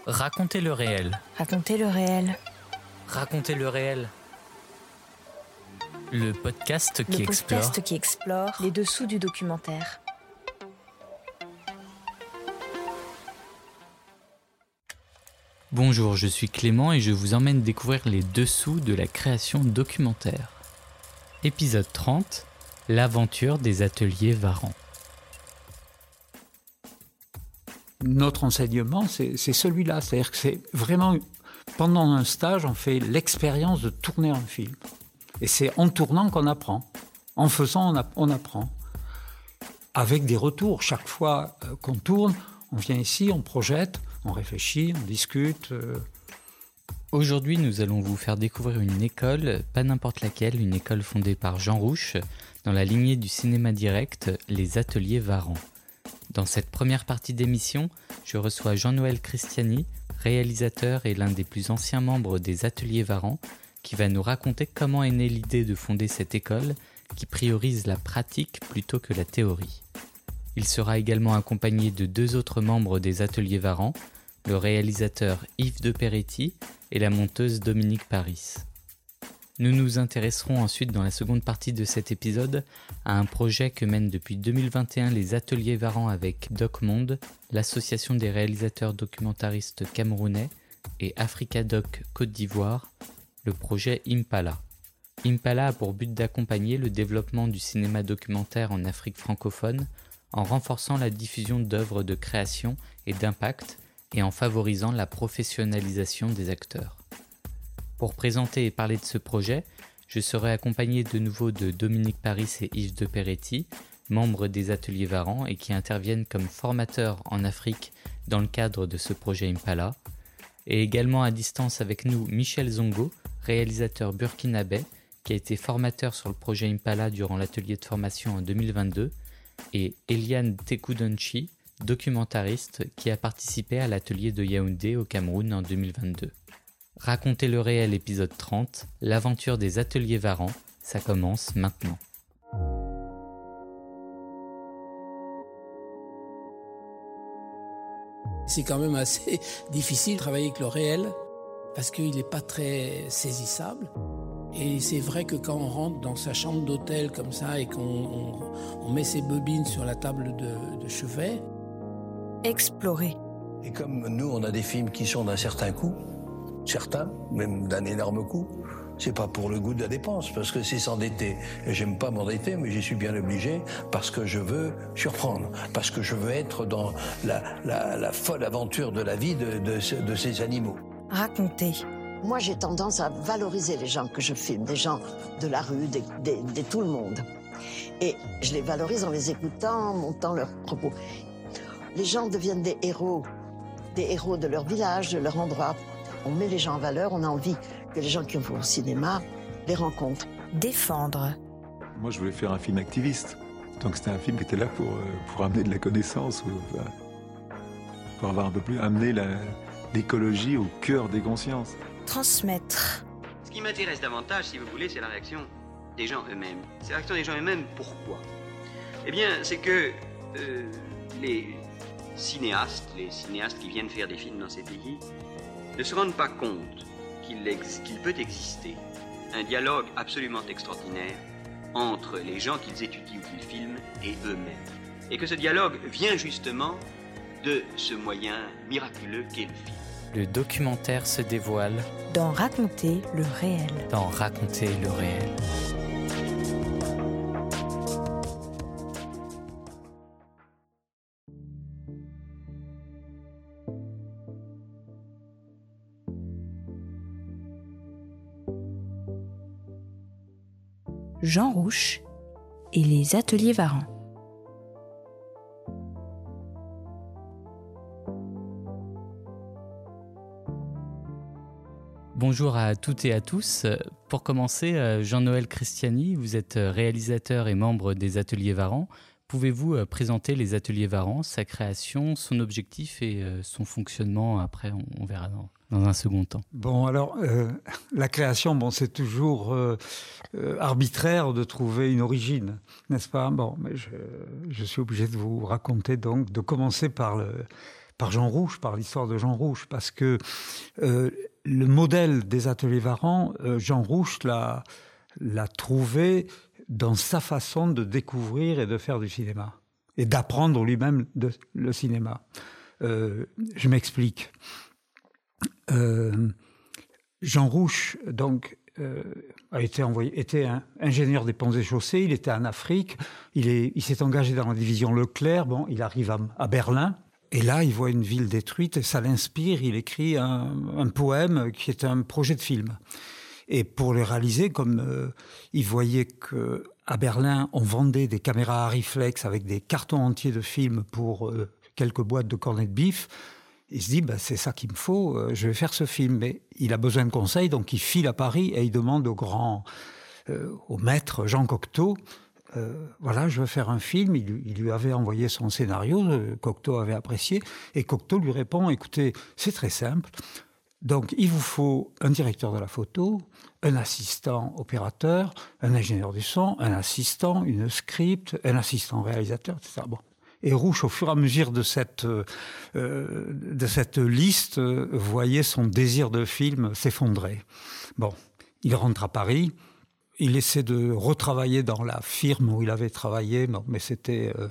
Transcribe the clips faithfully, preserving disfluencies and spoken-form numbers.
Racontez le réel. Racontez le réel. Racontez le réel. Le podcast qui Le explore. podcast qui explore les dessous du documentaire. Bonjour, je suis Clément et je vous emmène découvrir les dessous de la création documentaire. Épisode trente, l'aventure des ateliers Varan. Notre enseignement, c'est, c'est celui-là. C'est-à-dire que c'est vraiment, pendant un stage, on fait l'expérience de tourner un film. Et c'est en tournant qu'on apprend. En faisant, on, a, on apprend. Avec des retours. Chaque fois euh, qu'on tourne, on vient ici, on projette, on réfléchit, on discute. Euh... Aujourd'hui, nous allons vous faire découvrir une école, pas n'importe laquelle, une école fondée par Jean Rouch, dans la lignée du cinéma direct, les ateliers Varan. Dans cette première partie d'émission, je reçois Jean-Noël Christiani, réalisateur et l'un des plus anciens membres des ateliers Varan, qui va nous raconter comment est née l'idée de fonder cette école qui priorise la pratique plutôt que la théorie. Il sera également accompagné de deux autres membres des ateliers Varan, le réalisateur Yves de Peretti et la monteuse Dominique Paris. Nous nous intéresserons ensuite dans la seconde partie de cet épisode à un projet que mènent depuis deux mille vingt et un les ateliers Varan avec DocMonde, l'association des réalisateurs documentaristes camerounais, et Africa Doc Côte d'Ivoire, le projet Impala. Impala a pour but d'accompagner le développement du cinéma documentaire en Afrique francophone en renforçant la diffusion d'œuvres de création et d'impact et en favorisant la professionnalisation des acteurs. Pour présenter et parler de ce projet, je serai accompagné de nouveau de Dominique Paris et Yves de Peretti, membres des ateliers Varan et qui interviennent comme formateurs en Afrique dans le cadre de ce projet Impala, et également à distance avec nous Michel Zongo, réalisateur burkinabé, qui a été formateur sur le projet Impala durant l'atelier de formation en deux mille vingt-deux, et Eliane Tekudonchi, documentariste qui a participé à l'atelier de Yaoundé au Cameroun en deux mille vingt-deux. Racontez le réel épisode trente, l'aventure des ateliers Varan, ça commence maintenant. C'est quand même assez difficile de travailler avec le réel parce qu'il n'est pas très saisissable. Et c'est vrai que quand on rentre dans sa chambre d'hôtel comme ça et qu'on on, on met ses bobines sur la table de, de chevet... Explorer. Et comme nous, on a des films qui sont d'un certain coût, certains, même d'un énorme coût, c'est pas pour le goût de la dépense, parce que c'est s'endetter. Et j'aime pas m'endetter, mais j'y suis bien obligé, parce que je veux surprendre, parce que je veux être dans la, la, la folle aventure de la vie de, de, de ces animaux. Raconter. Moi, j'ai tendance à valoriser les gens que je filme, des gens de la rue, de, de, de tout le monde. Et je les valorise en les écoutant, en montant leurs propos. Les gens deviennent des héros, des héros de leur village, de leur endroit. On met les gens en valeur, on a envie que les gens qui vont au cinéma les rencontrent. Défendre. Moi, je voulais faire un film activiste. Donc c'était un film qui était là pour, pour amener de la connaissance, ou, pour avoir un peu plus, amener la, l'écologie au cœur des consciences. Transmettre. Ce qui m'intéresse davantage, si vous voulez, c'est la réaction des gens eux-mêmes. C'est la réaction des gens eux-mêmes, pourquoi ? Eh bien, c'est que euh, les cinéastes, les cinéastes qui viennent faire des films dans ces pays, ne se rendent pas compte qu'il, ex- qu'il peut exister un dialogue absolument extraordinaire entre les gens qu'ils étudient ou qu'ils filment et eux-mêmes. Et que ce dialogue vient justement de ce moyen miraculeux qu'est le film. Le documentaire se dévoile dans Raconter le réel. Dans Raconter le réel. Jean Rouch et les ateliers Varan. Bonjour à toutes et à tous. Pour commencer, Jean-Noël Christiani, vous êtes réalisateur et membre des ateliers Varan. Pouvez-vous présenter les ateliers Varan, sa création, son objectif et son fonctionnement ? Après, on verra dans, dans un second temps. Bon, alors, euh, la création, bon, c'est toujours euh, euh, arbitraire de trouver une origine, n'est-ce pas ? Bon, mais je, je suis obligé de vous raconter donc, de commencer par le, par Jean Rouch, par l'histoire de Jean Rouch, parce que euh, le modèle des ateliers Varan, euh, Jean Rouch l'a, l'a trouvé dans sa façon de découvrir et de faire du cinéma, et d'apprendre lui-même de, le cinéma. Euh, je m'explique. Euh, Jean Rouch, donc, euh, a été envoyé, était un ingénieur des ponts et chaussées, il était en Afrique, il, est, il s'est engagé dans la division Leclerc, bon, il arrive à, à Berlin, et là, il voit une ville détruite, et ça l'inspire, il écrit un, un poème qui est un projet de film. Et pour le réaliser, comme euh, il voyait qu'à Berlin, on vendait des caméras à réflexe avec des cartons entiers de films pour euh, quelques boîtes de cornets de bif, il se dit, bah, c'est ça qu'il me faut, euh, je vais faire ce film. Mais il a besoin de conseils, donc il file à Paris et il demande au grand, euh, au maître Jean Cocteau, euh, voilà, je veux faire un film. Il, il lui avait envoyé son scénario, euh, Cocteau avait apprécié, et Cocteau lui répond, écoutez, c'est très simple, donc il vous faut un directeur de la photo, un assistant opérateur, un ingénieur du son, un assistant, une script, un assistant réalisateur, et cetera. Bon. Et Rouch, au fur et à mesure de cette, euh, de cette liste, euh, voyait son désir de film s'effondrer. Bon, il rentre à Paris, il essaie de retravailler dans la firme où il avait travaillé, bon, mais c'était euh,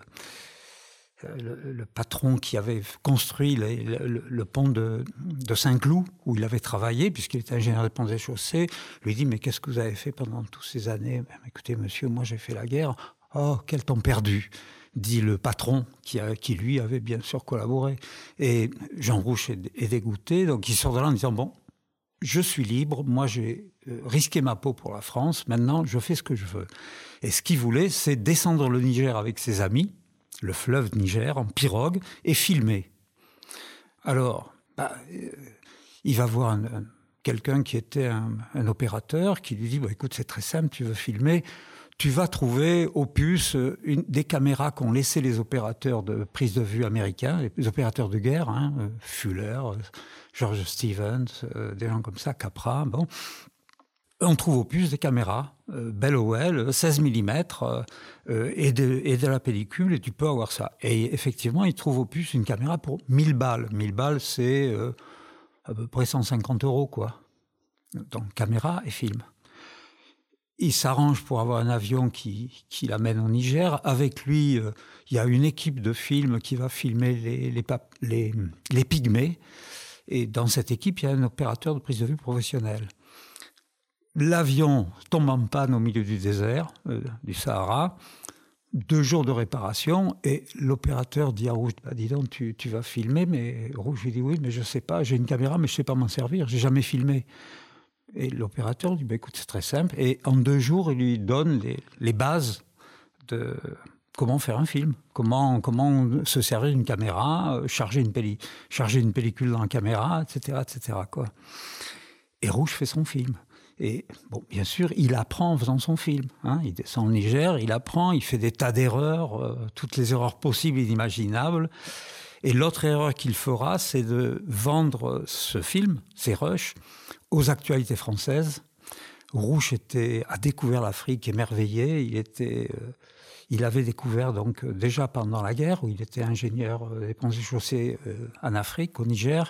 le, le patron qui avait construit les, le, le pont de, de Saint-Cloud, où il avait travaillé, puisqu'il était ingénieur des ponts et chaussées, lui dit « Mais qu'est-ce que vous avez fait pendant toutes ces années ?»« Écoutez, monsieur, moi j'ai fait la guerre. »« Oh, quel temps perdu !» dit le patron, qui, a, qui lui avait bien sûr collaboré. Et Jean Rouch est, est dégoûté, donc il sort de là en disant « Bon, je suis libre, moi j'ai risqué ma peau pour la France, maintenant je fais ce que je veux. » Et ce qu'il voulait, c'est descendre le Niger avec ses amis, le fleuve Niger, en pirogue, et filmer. Alors, bah, euh, il va voir un, un, quelqu'un qui était un, un opérateur, qui lui dit bah, « Écoute, c'est très simple, tu veux filmer ?» Tu vas trouver au puce une, des caméras qu'ont laissé les opérateurs de prise de vue américains, les opérateurs de guerre, hein, Fuller, George Stevens, euh, des gens comme ça, Capra. Bon. On trouve au puce des caméras, euh, Bellowell, seize millimètres, euh, et, de, et de la pellicule, et tu peux avoir ça. Et effectivement, ils trouvent au puce une caméra pour mille balles. mille balles, c'est euh, à peu près cent cinquante euros, quoi. Donc, caméra et film. Il s'arrange pour avoir un avion qui, qui l'amène au Niger. Avec lui, euh, il y a une équipe de films qui va filmer les, les, les, les pygmées. Et dans cette équipe, il y a un opérateur de prise de vue professionnel. L'avion tombe en panne au milieu du désert, euh, du Sahara. Deux jours de réparation. Et l'opérateur dit à Rouch, bah, dis donc, tu, tu vas filmer. Mais Rouch lui dit, oui, mais je ne sais pas. J'ai une caméra, mais je ne sais pas m'en servir. Je n'ai jamais filmé. Et l'opérateur dit, bah, écoute, c'est très simple. Et en deux jours, il lui donne les, les bases de comment faire un film, comment, comment se servir d'une caméra, charger une, pelli, charger une pellicule dans la caméra, et cetera, et cetera, quoi. Et Rouch fait son film. Et bon, bien sûr, il apprend en faisant son film. Hein. Il descend au Niger, il apprend, il fait des tas d'erreurs, euh, toutes les erreurs possibles et inimaginables. Et l'autre erreur qu'il fera, c'est de vendre ce film, ces rushs, aux actualités françaises. Rouch était, a découvert l'Afrique émerveillé. Il, était, euh, il avait découvert donc, déjà pendant la guerre, où il était ingénieur des ponts et chaussées euh, en Afrique, au Niger.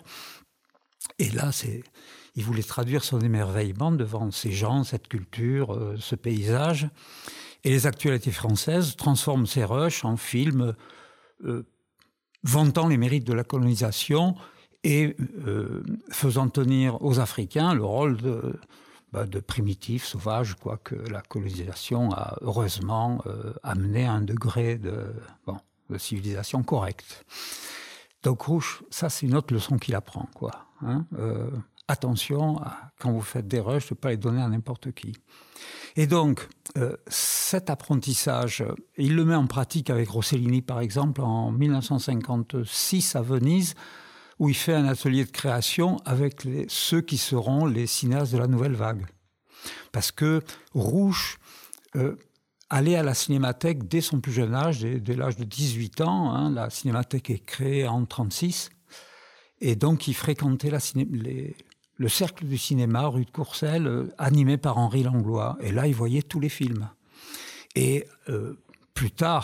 Et là, c'est, il voulait traduire son émerveillement devant ces gens, cette culture, euh, ce paysage. Et les actualités françaises transforment ces rushs en films euh, vantant les mérites de la colonisation et euh, faisant tenir aux Africains le rôle de, bah, de primitifs, sauvages, quoi, que la colonisation a heureusement euh, amené à un degré de, bon, de civilisation correcte. Donc Rouch, ça c'est une autre leçon qu'il apprend, quoi. Hein, euh, attention, à, quand vous faites des rushs, de ne pas les donner à n'importe qui. Et donc, euh, cet apprentissage, il le met en pratique avec Rossellini, par exemple, en mille neuf cent cinquante-six à Venise, où il fait un atelier de création avec les, ceux qui seront les cinéastes de la nouvelle vague. Parce que Rouch euh, allait à la Cinémathèque dès son plus jeune âge, dès, dès l'âge de dix-huit ans. Hein, la Cinémathèque est créée en trente-six. Et donc, il fréquentait la ciné- les, le cercle du cinéma, rue de Courcelles, euh, animé par Henri Langlois. Et là, il voyait tous les films. Et euh, plus tard,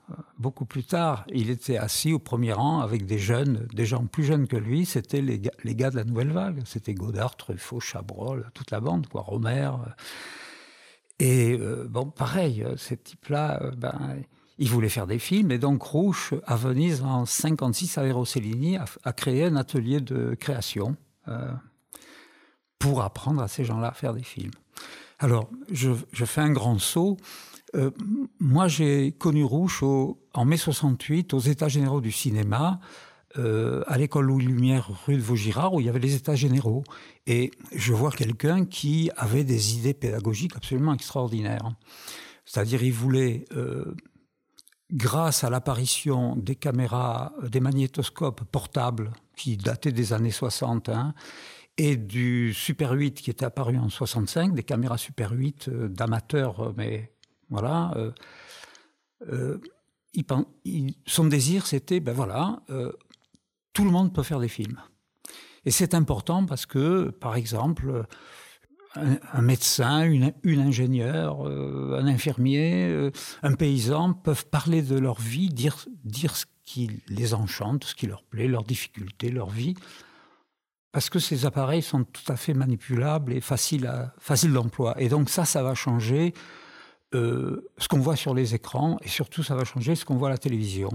beaucoup plus tard, il était assis au premier rang avec des jeunes, des gens plus jeunes que lui. C'était les gars, les gars de la Nouvelle Vague. C'était Godard, Truffaut, Chabrol, toute la bande, quoi, Romer. Et euh, bon, pareil, ces types-là, euh, ben, ils voulaient faire des films. Et donc Rouch, à Venise, en cinquante-six, avec Rossellini, a, a créé un atelier de création euh, pour apprendre à ces gens-là à faire des films. Alors, je, je fais un grand saut. Euh, moi, j'ai connu Rouch au, en mai soixante-huit aux États généraux du cinéma, euh, à l'école Louis Lumière, rue de Vaugirard, où il y avait les États généraux. Et je vois quelqu'un qui avait des idées pédagogiques absolument extraordinaires. C'est-à-dire, il voulait, euh, grâce à l'apparition des caméras, des magnétoscopes portables, qui dataient des années soixante, hein, et du Super huit qui était apparu en soixante-cinq, des caméras Super huit euh, d'amateurs, mais voilà. Euh, euh, il, il, son désir, c'était, ben voilà, euh, tout le monde peut faire des films. Et c'est important parce que, par exemple, un, un médecin, une, une ingénieure, euh, un infirmier, euh, un paysan peuvent parler de leur vie, dire, dire ce qui les enchante, ce qui leur plaît, leurs difficultés, leur vie. Parce que ces appareils sont tout à fait manipulables et faciles, à, faciles d'emploi. Et donc ça, ça va changer euh, ce qu'on voit sur les écrans et surtout, ça va changer ce qu'on voit à la télévision.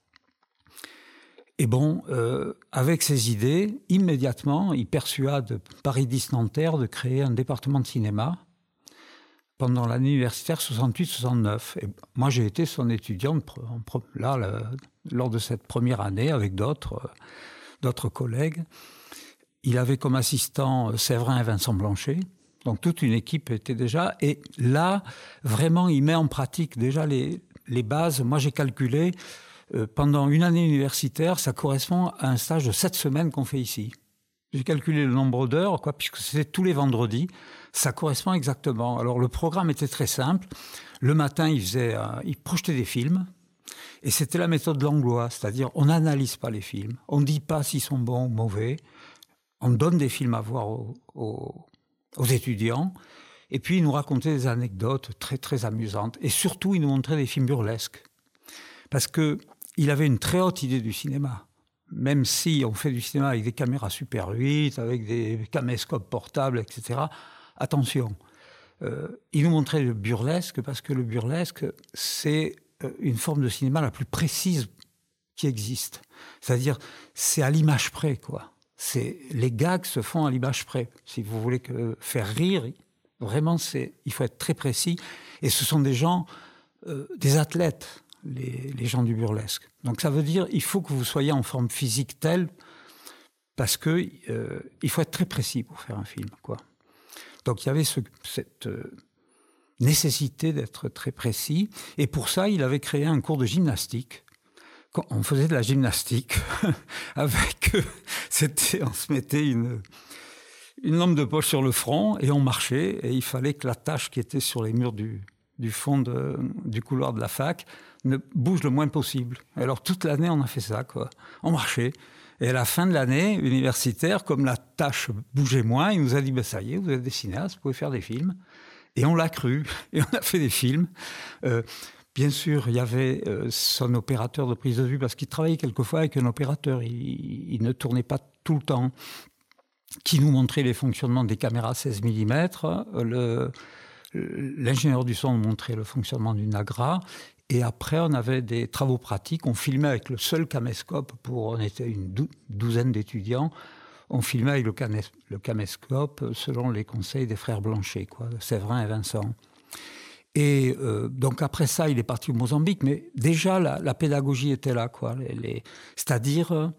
Et bon, euh, avec ces idées, immédiatement, il persuade Paris dix Nanterre de créer un département de cinéma pendant l'année universitaire soixante-huit soixante-neuf. Et moi, j'ai été son étudiant là, là, lors de cette première année avec d'autres, euh, d'autres collègues. Il avait comme assistant Séverin et Vincent Blanchet, donc toute une équipe était déjà. Et là, vraiment, il met en pratique déjà les, les bases. Moi, j'ai calculé, euh, pendant une année universitaire, ça correspond à un stage de sept semaines qu'on fait ici. J'ai calculé le nombre d'heures, quoi, puisque c'était tous les vendredis. Ça correspond exactement. Alors, le programme était très simple. Le matin, il, faisait, euh, il projetait des films. Et c'était la méthode Langlois, c'est-à-dire on n'analyse pas les films. On ne dit pas s'ils sont bons ou mauvais. On donne des films à voir aux, aux, aux étudiants, et puis il nous racontait des anecdotes très, très amusantes. Et surtout, il nous montrait des films burlesques. Parce qu'il avait une très haute idée du cinéma. Même si on fait du cinéma avec des caméras Super huit, avec des caméscopes portables, et cetera, attention, euh, il nous montrait le burlesque, parce que le burlesque, c'est une forme de cinéma la plus précise qui existe. C'est-à-dire, c'est à l'image près, quoi. C'est, les gags se font à l'image près. Si vous voulez que, faire rire, vraiment, c'est, il faut être très précis. Et ce sont des gens, euh, des athlètes, les, les gens du burlesque. Donc ça veut dire il faut que vous soyez en forme physique telle, parce que euh, il faut être très précis pour faire un film, quoi. Donc il y avait ce, cette euh, nécessité d'être très précis. Et pour ça, il avait créé un cours de gymnastique. On faisait de la gymnastique avec, c'était, on se mettait une, une lampe de poche sur le front et on marchait, et il fallait que la tache qui était sur les murs du, du fond de, du couloir de la fac ne bouge le moins possible. Alors toute l'année, on a fait ça, quoi. On marchait. Et à la fin de l'année universitaire, comme la tache bougeait moins, il nous a dit, ben, ça y est, vous êtes des cinéastes, vous pouvez faire des films. Et on l'a cru, et on a fait des films. Euh, Bien sûr, il y avait euh, son opérateur de prise de vue, parce qu'il travaillait quelquefois avec un opérateur, il, il ne tournait pas tout le temps, qui nous montrait les fonctionnements des caméras seize millimètres, le, l'ingénieur du son nous montrait le fonctionnement d'une Agra, et après on avait des travaux pratiques, on filmait avec le seul caméscope, pour, on était une dou- douzaine d'étudiants, on filmait avec le, canes, le caméscope selon les conseils des frères Blanchet, quoi, Séverin et Vincent. Et euh, donc après ça, il est parti au Mozambique, mais déjà la, la pédagogie était là, quoi. Les, les, c'est-à-dire, euh,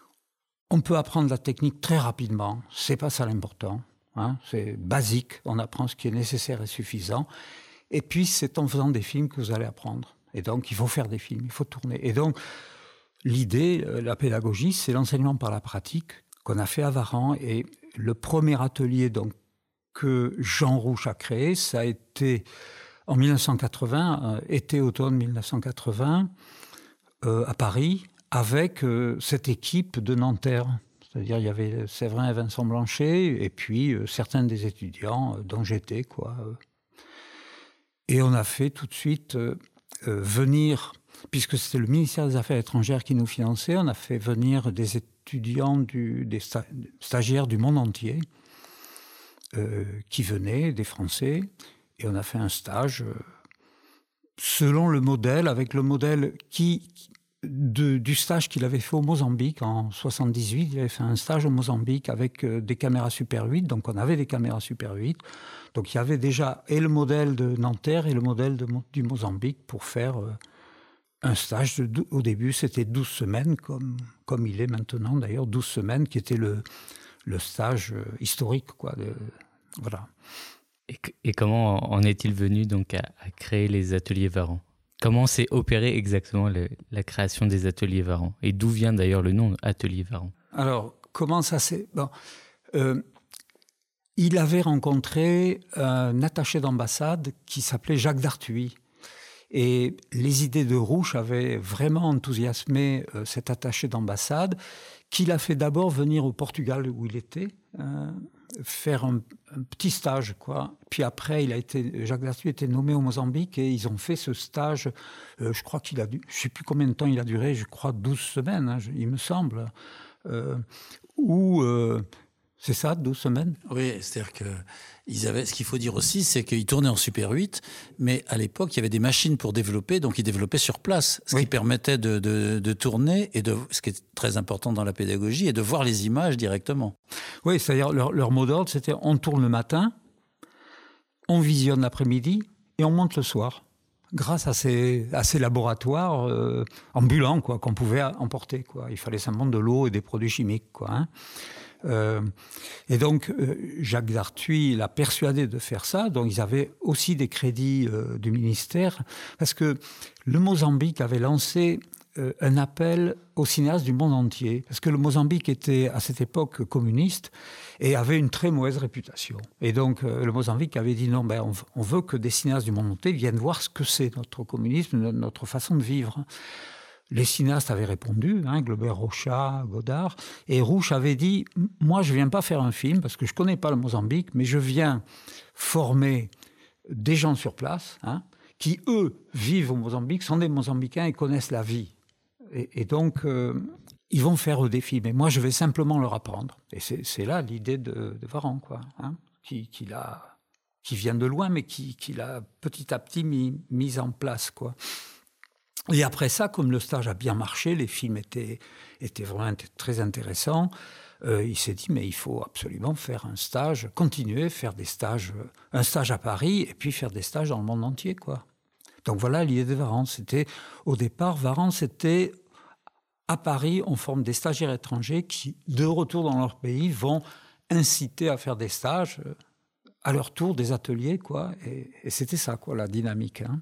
on peut apprendre la technique très rapidement. C'est pas ça l'important, hein. C'est basique. On apprend ce qui est nécessaire et suffisant. Et puis c'est en faisant des films que vous allez apprendre. Et donc il faut faire des films, il faut tourner. Et donc l'idée, euh, la pédagogie, c'est l'enseignement par la pratique qu'on a fait à Varan. Et le premier atelier donc que Jean Rouch a créé, ça a été en mille neuf cent quatre-vingts, euh, été-automne mille neuf cent quatre-vingts, euh, à Paris, avec euh, cette équipe de Nanterre. C'est-à-dire, il y avait Séverin et Vincent Blanchet, et puis euh, certains des étudiants, euh, dont j'étais, quoi. Et on a fait tout de suite euh, euh, venir puisque c'était le ministère des Affaires étrangères qui nous finançait, on a fait venir des étudiants, du, des sta- stagiaires du monde entier, euh, qui venaient, des Français, et on a fait un stage euh, selon le modèle, avec le modèle qui... De, du stage qu'il avait fait au Mozambique en soixante-dix-huit. Il avait fait un stage au Mozambique avec euh, des caméras Super huit, donc on avait des caméras Super huit. Donc il y avait déjà et le modèle de Nanterre et le modèle de, du Mozambique pour faire euh, un stage. De, au début, c'était douze semaines, comme, comme il est maintenant d'ailleurs, douze semaines, qui était le, le stage euh, historique, quoi. De, voilà. Et, et comment en est-il venu donc à, à créer les ateliers Varan ? Comment s'est opérée exactement le, la création des ateliers Varan ? Et d'où vient d'ailleurs le nom Atelier Varan ? Alors, comment ça s'est... Bon, euh, il avait rencontré un attaché d'ambassade qui s'appelait Jacques Dartuy. Et les idées de Rouch avaient vraiment enthousiasmé euh, cet attaché d'ambassade, qu'il a fait d'abord venir au Portugal où il était, euh, faire un, un petit stage, quoi. Puis après, il a été, Jacques Dartuy a été nommé au Mozambique et ils ont fait ce stage. Euh, je crois qu'il a dû, je ne sais plus combien de temps il a duré, je crois douze semaines, hein, il me semble. Euh, où, euh, c'est ça, douze semaines ? Oui, c'est-à-dire que ils avaient, ce qu'il faut dire aussi, c'est qu'ils tournaient en Super huit, mais à l'époque, il y avait des machines pour développer, donc ils développaient sur place, ce oui. qui permettait de, de, de tourner, et de, ce qui est très important dans la pédagogie, et de voir les images directement. Oui, c'est-à-dire leur, leur mot d'ordre, c'était on tourne le matin, on visionne l'après-midi, et on monte le soir, grâce à ces, à ces laboratoires euh, ambulants, quoi, qu'on pouvait emporter, quoi. Il fallait simplement de l'eau et des produits chimiques, quoi, hein. Euh, et donc, euh, Jacques Dartuy l'a persuadé de faire ça. Donc, ils avaient aussi des crédits euh, du ministère, parce que le Mozambique avait lancé euh, un appel aux cinéastes du monde entier, parce que le Mozambique était à cette époque communiste et avait une très mauvaise réputation. Et donc, euh, le Mozambique avait dit non, ben, on, on veut que des cinéastes du monde entier viennent voir ce que c'est notre communisme, notre façon de vivre. Les cinéastes avaient répondu, hein, Glober Rocha, Godard, et Rouch avait dit « Moi, je ne viens pas faire un film, parce que je ne connais pas le Mozambique, mais je viens former des gens sur place, hein, qui, eux, vivent au Mozambique, sont des Mozambicains et connaissent la vie. Et, et donc, euh, ils vont faire eux des films, et moi, je vais simplement leur apprendre. » Et c'est, c'est là l'idée de, de Varan, quoi, hein, qui, qui, l'a, qui vient de loin, mais qui, qui l'a petit à petit mis, mis en place, quoi. Et après ça, comme le stage a bien marché, les films étaient, étaient vraiment très intéressants, euh, il s'est dit, mais il faut absolument faire un stage, continuer, faire des stages, un stage à Paris, et puis faire des stages dans le monde entier, quoi. Donc voilà l'idée de Varan. C'était, au départ, Varan, c'était, à Paris, on forme des stagiaires étrangers qui, de retour dans leur pays, vont inciter à faire des stages, à leur tour, des ateliers, quoi. Et, et c'était ça, quoi, la dynamique, hein.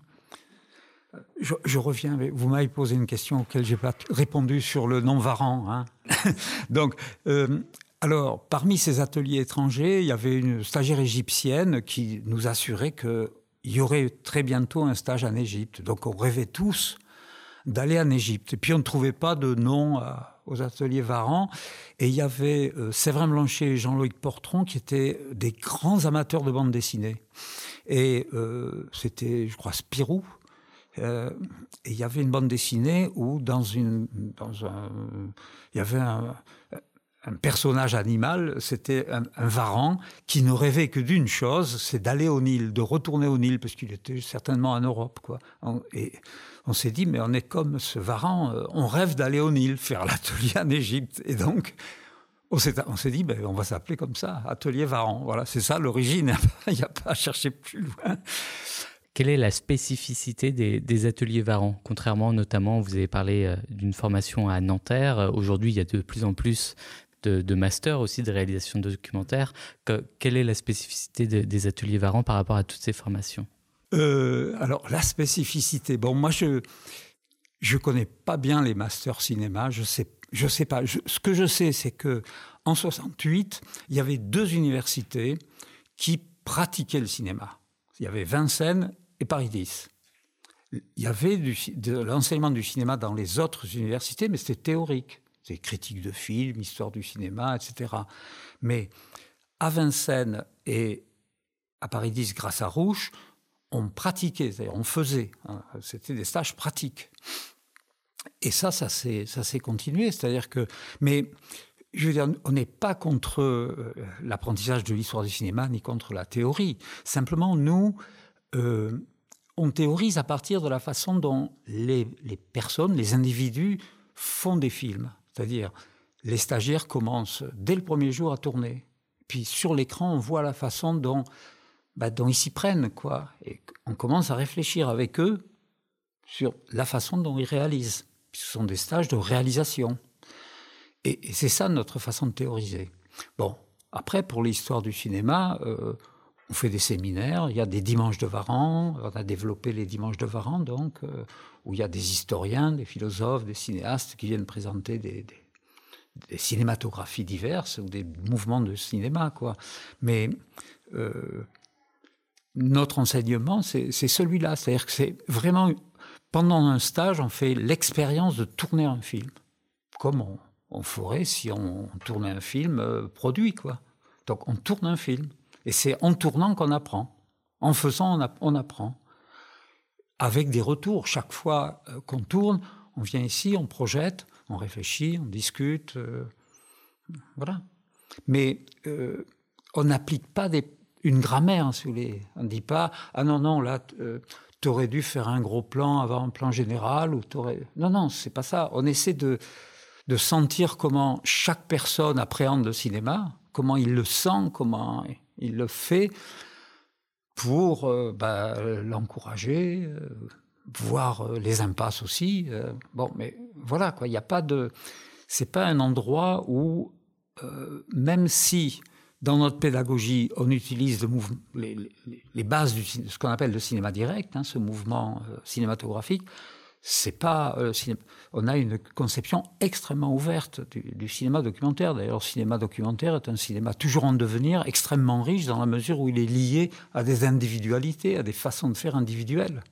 Je, je reviens, vous m'avez posé une question auquel je n'ai pas répondu sur le nom Varan, hein. Donc, euh, alors, parmi ces ateliers étrangers, il y avait une stagiaire égyptienne qui nous assurait qu'il y aurait très bientôt un stage en Égypte. Donc, on rêvait tous d'aller en Égypte. Et puis, on ne trouvait pas de nom à, aux ateliers Varan. Et il y avait euh, Séverin Blanchet et Jean-Loïc Portron qui étaient des grands amateurs de bande dessinée. Et euh, c'était, je crois, Spirou. Euh, et il y avait une bande dessinée où dans une, dans un, il y avait un, un personnage animal, c'était un, un varan qui ne rêvait que d'une chose, c'est d'aller au Nil, de retourner au Nil, parce qu'il était certainement en Europe, quoi. Et on s'est dit, mais on est comme ce varan, on rêve d'aller au Nil, faire l'atelier en Égypte. Et donc, on s'est, on s'est dit, ben, on va s'appeler comme ça, Atelier Varan. Voilà, c'est ça l'origine, il n'y a pas à chercher plus loin. Quelle est la spécificité des, des ateliers Varan ? Contrairement, notamment, vous avez parlé euh, d'une formation à Nanterre. Aujourd'hui, il y a de plus en plus de, de masters aussi, de réalisation de documentaires. Que, quelle est la spécificité de, des ateliers Varan par rapport à toutes ces formations ? euh, Alors, la spécificité... Bon, moi, je ne connais pas bien les masters cinéma. Je sais, je sais pas. Je, ce que je sais, c'est qu'en soixante-huit, il y avait deux universités qui pratiquaient le cinéma. Il y avait Vincennes et Paris dix. Il y avait du, de l'enseignement du cinéma dans les autres universités, mais c'était théorique. C'était critique de film, histoire du cinéma, et cetera. Mais à Vincennes et à Paris dix, grâce à Rouch, on pratiquait, c'est-à-dire on faisait. Hein, c'était des stages pratiques. Et ça, ça s'est, ça s'est continué. C'est-à-dire que... Mais je veux dire, on n'est pas contre euh, l'apprentissage de l'histoire du cinéma, ni contre la théorie. Simplement, nous, euh, on théorise à partir de la façon dont les, les personnes, les individus font des films. C'est-à-dire, les stagiaires commencent dès le premier jour à tourner. Puis sur l'écran, on voit la façon dont, bah, dont ils s'y prennent, quoi. Et on commence à réfléchir avec eux sur la façon dont ils réalisent. Puis ce sont des stages de réalisation. Et, et c'est ça notre façon de théoriser. Bon, après, pour l'histoire du cinéma, euh, on fait des séminaires, il y a des dimanches de Varan, on a développé les dimanches de Varan, donc, euh, où il y a des historiens, des philosophes, des cinéastes qui viennent présenter des, des, des cinématographies diverses ou des mouvements de cinéma, quoi. Mais euh, notre enseignement, c'est, c'est celui-là. C'est-à-dire que c'est vraiment... Pendant un stage, on fait l'expérience de tourner un film. Comme on, on ferait si on, on tournait un film euh, produit, quoi. Donc, on tourne un film. Et c'est en tournant qu'on apprend. En faisant, on, a, on apprend. Avec des retours. Chaque fois euh, qu'on tourne, on vient ici, on projette, on réfléchit, on discute. Euh, voilà. Mais euh, on n'applique pas des, une grammaire, hein, si vous voulez. On ne dit pas « Ah non, non, là, euh, t'aurais dû faire un gros plan avant un plan général. » ou t'aurais... Non, non, c'est pas ça. On essaie de, de sentir comment chaque personne appréhende le cinéma, comment il le sent, comment il le fait, pour euh, bah, l'encourager, euh, voir euh, les impasses aussi. Euh, bon, mais voilà, quoi. Il n'y a pas de... C'est pas un endroit où, euh, même si dans notre pédagogie, on utilise le mouvement, les, les, les bases de ce qu'on appelle le cinéma direct, hein, ce mouvement euh, cinématographique, c'est pas, euh, ciné... on a une conception extrêmement ouverte du, du cinéma documentaire. D'ailleurs, le cinéma documentaire est un cinéma toujours en devenir, extrêmement riche dans la mesure où il est lié à des individualités, à des façons de faire individuelles.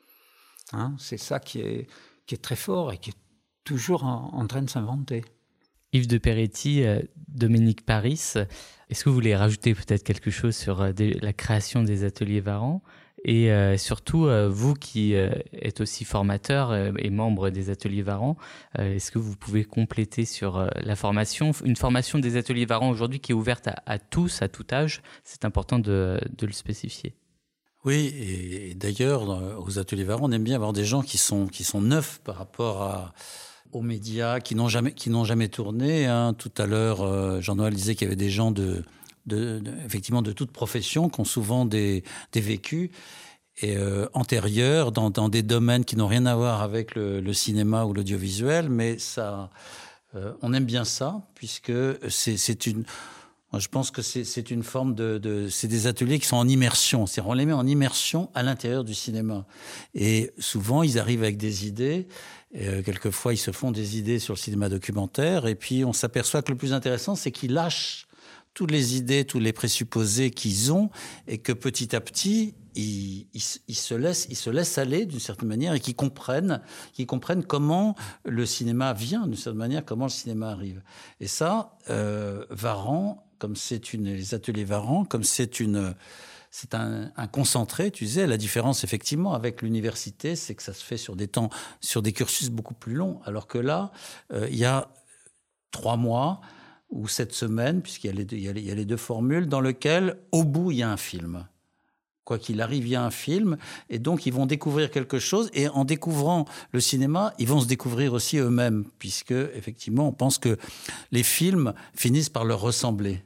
Hein, c'est ça qui est, qui est très fort et qui est toujours en, en train de s'inventer. Yves de Peretti, euh, Dominique Paris, est-ce que vous voulez rajouter peut-être quelque chose sur euh, des, la création des ateliers Varan ? Et euh, surtout, euh, vous qui euh, êtes aussi formateur euh, et membre des ateliers Varan, euh, est-ce que vous pouvez compléter sur euh, la formation, une formation des ateliers Varan aujourd'hui qui est ouverte à, à tous, à tout âge ? C'est important de, de le spécifier. Oui, et d'ailleurs, aux ateliers Varan, on aime bien avoir des gens qui sont, qui sont neufs par rapport à... aux médias, qui n'ont jamais, qui n'ont jamais tourné. Hein. Tout à l'heure, euh, Jean-Noël disait qu'il y avait des gens de, de, de, effectivement de toute profession qui ont souvent des, des vécus et, euh, antérieurs dans, dans des domaines qui n'ont rien à voir avec le, le cinéma ou l'audiovisuel, mais ça, euh, on aime bien ça, puisque c'est, c'est une... Je pense que c'est, c'est une forme de, de... C'est des ateliers qui sont en immersion. C'est-à-dire on les met en immersion à l'intérieur du cinéma. Et souvent, ils arrivent avec des idées. Et euh, quelquefois, ils se font des idées sur le cinéma documentaire. Et puis, on s'aperçoit que le plus intéressant, c'est qu'ils lâchent toutes les idées, tous les présupposés qu'ils ont. Et que petit à petit, ils, ils, ils, se, laissent, ils se laissent aller d'une certaine manière et qu'ils comprennent, qu'ils comprennent comment le cinéma vient, d'une certaine manière, comment le cinéma arrive. Et ça, euh, Varan... comme c'est une, les ateliers Varan, comme c'est une, c'est un, un concentré, tu disais, la différence effectivement avec l'université, c'est que ça se fait sur des temps, sur des cursus beaucoup plus longs, alors que là, euh, il y a trois mois ou sept semaines, puisqu'il y a les deux, il y a les, il y a les deux formules, dans lesquelles, au bout, il y a un film. Quoi qu'il arrive, il y a un film, et donc ils vont découvrir quelque chose, et en découvrant le cinéma, ils vont se découvrir aussi eux-mêmes, puisque, effectivement, on pense que les films finissent par leur ressembler.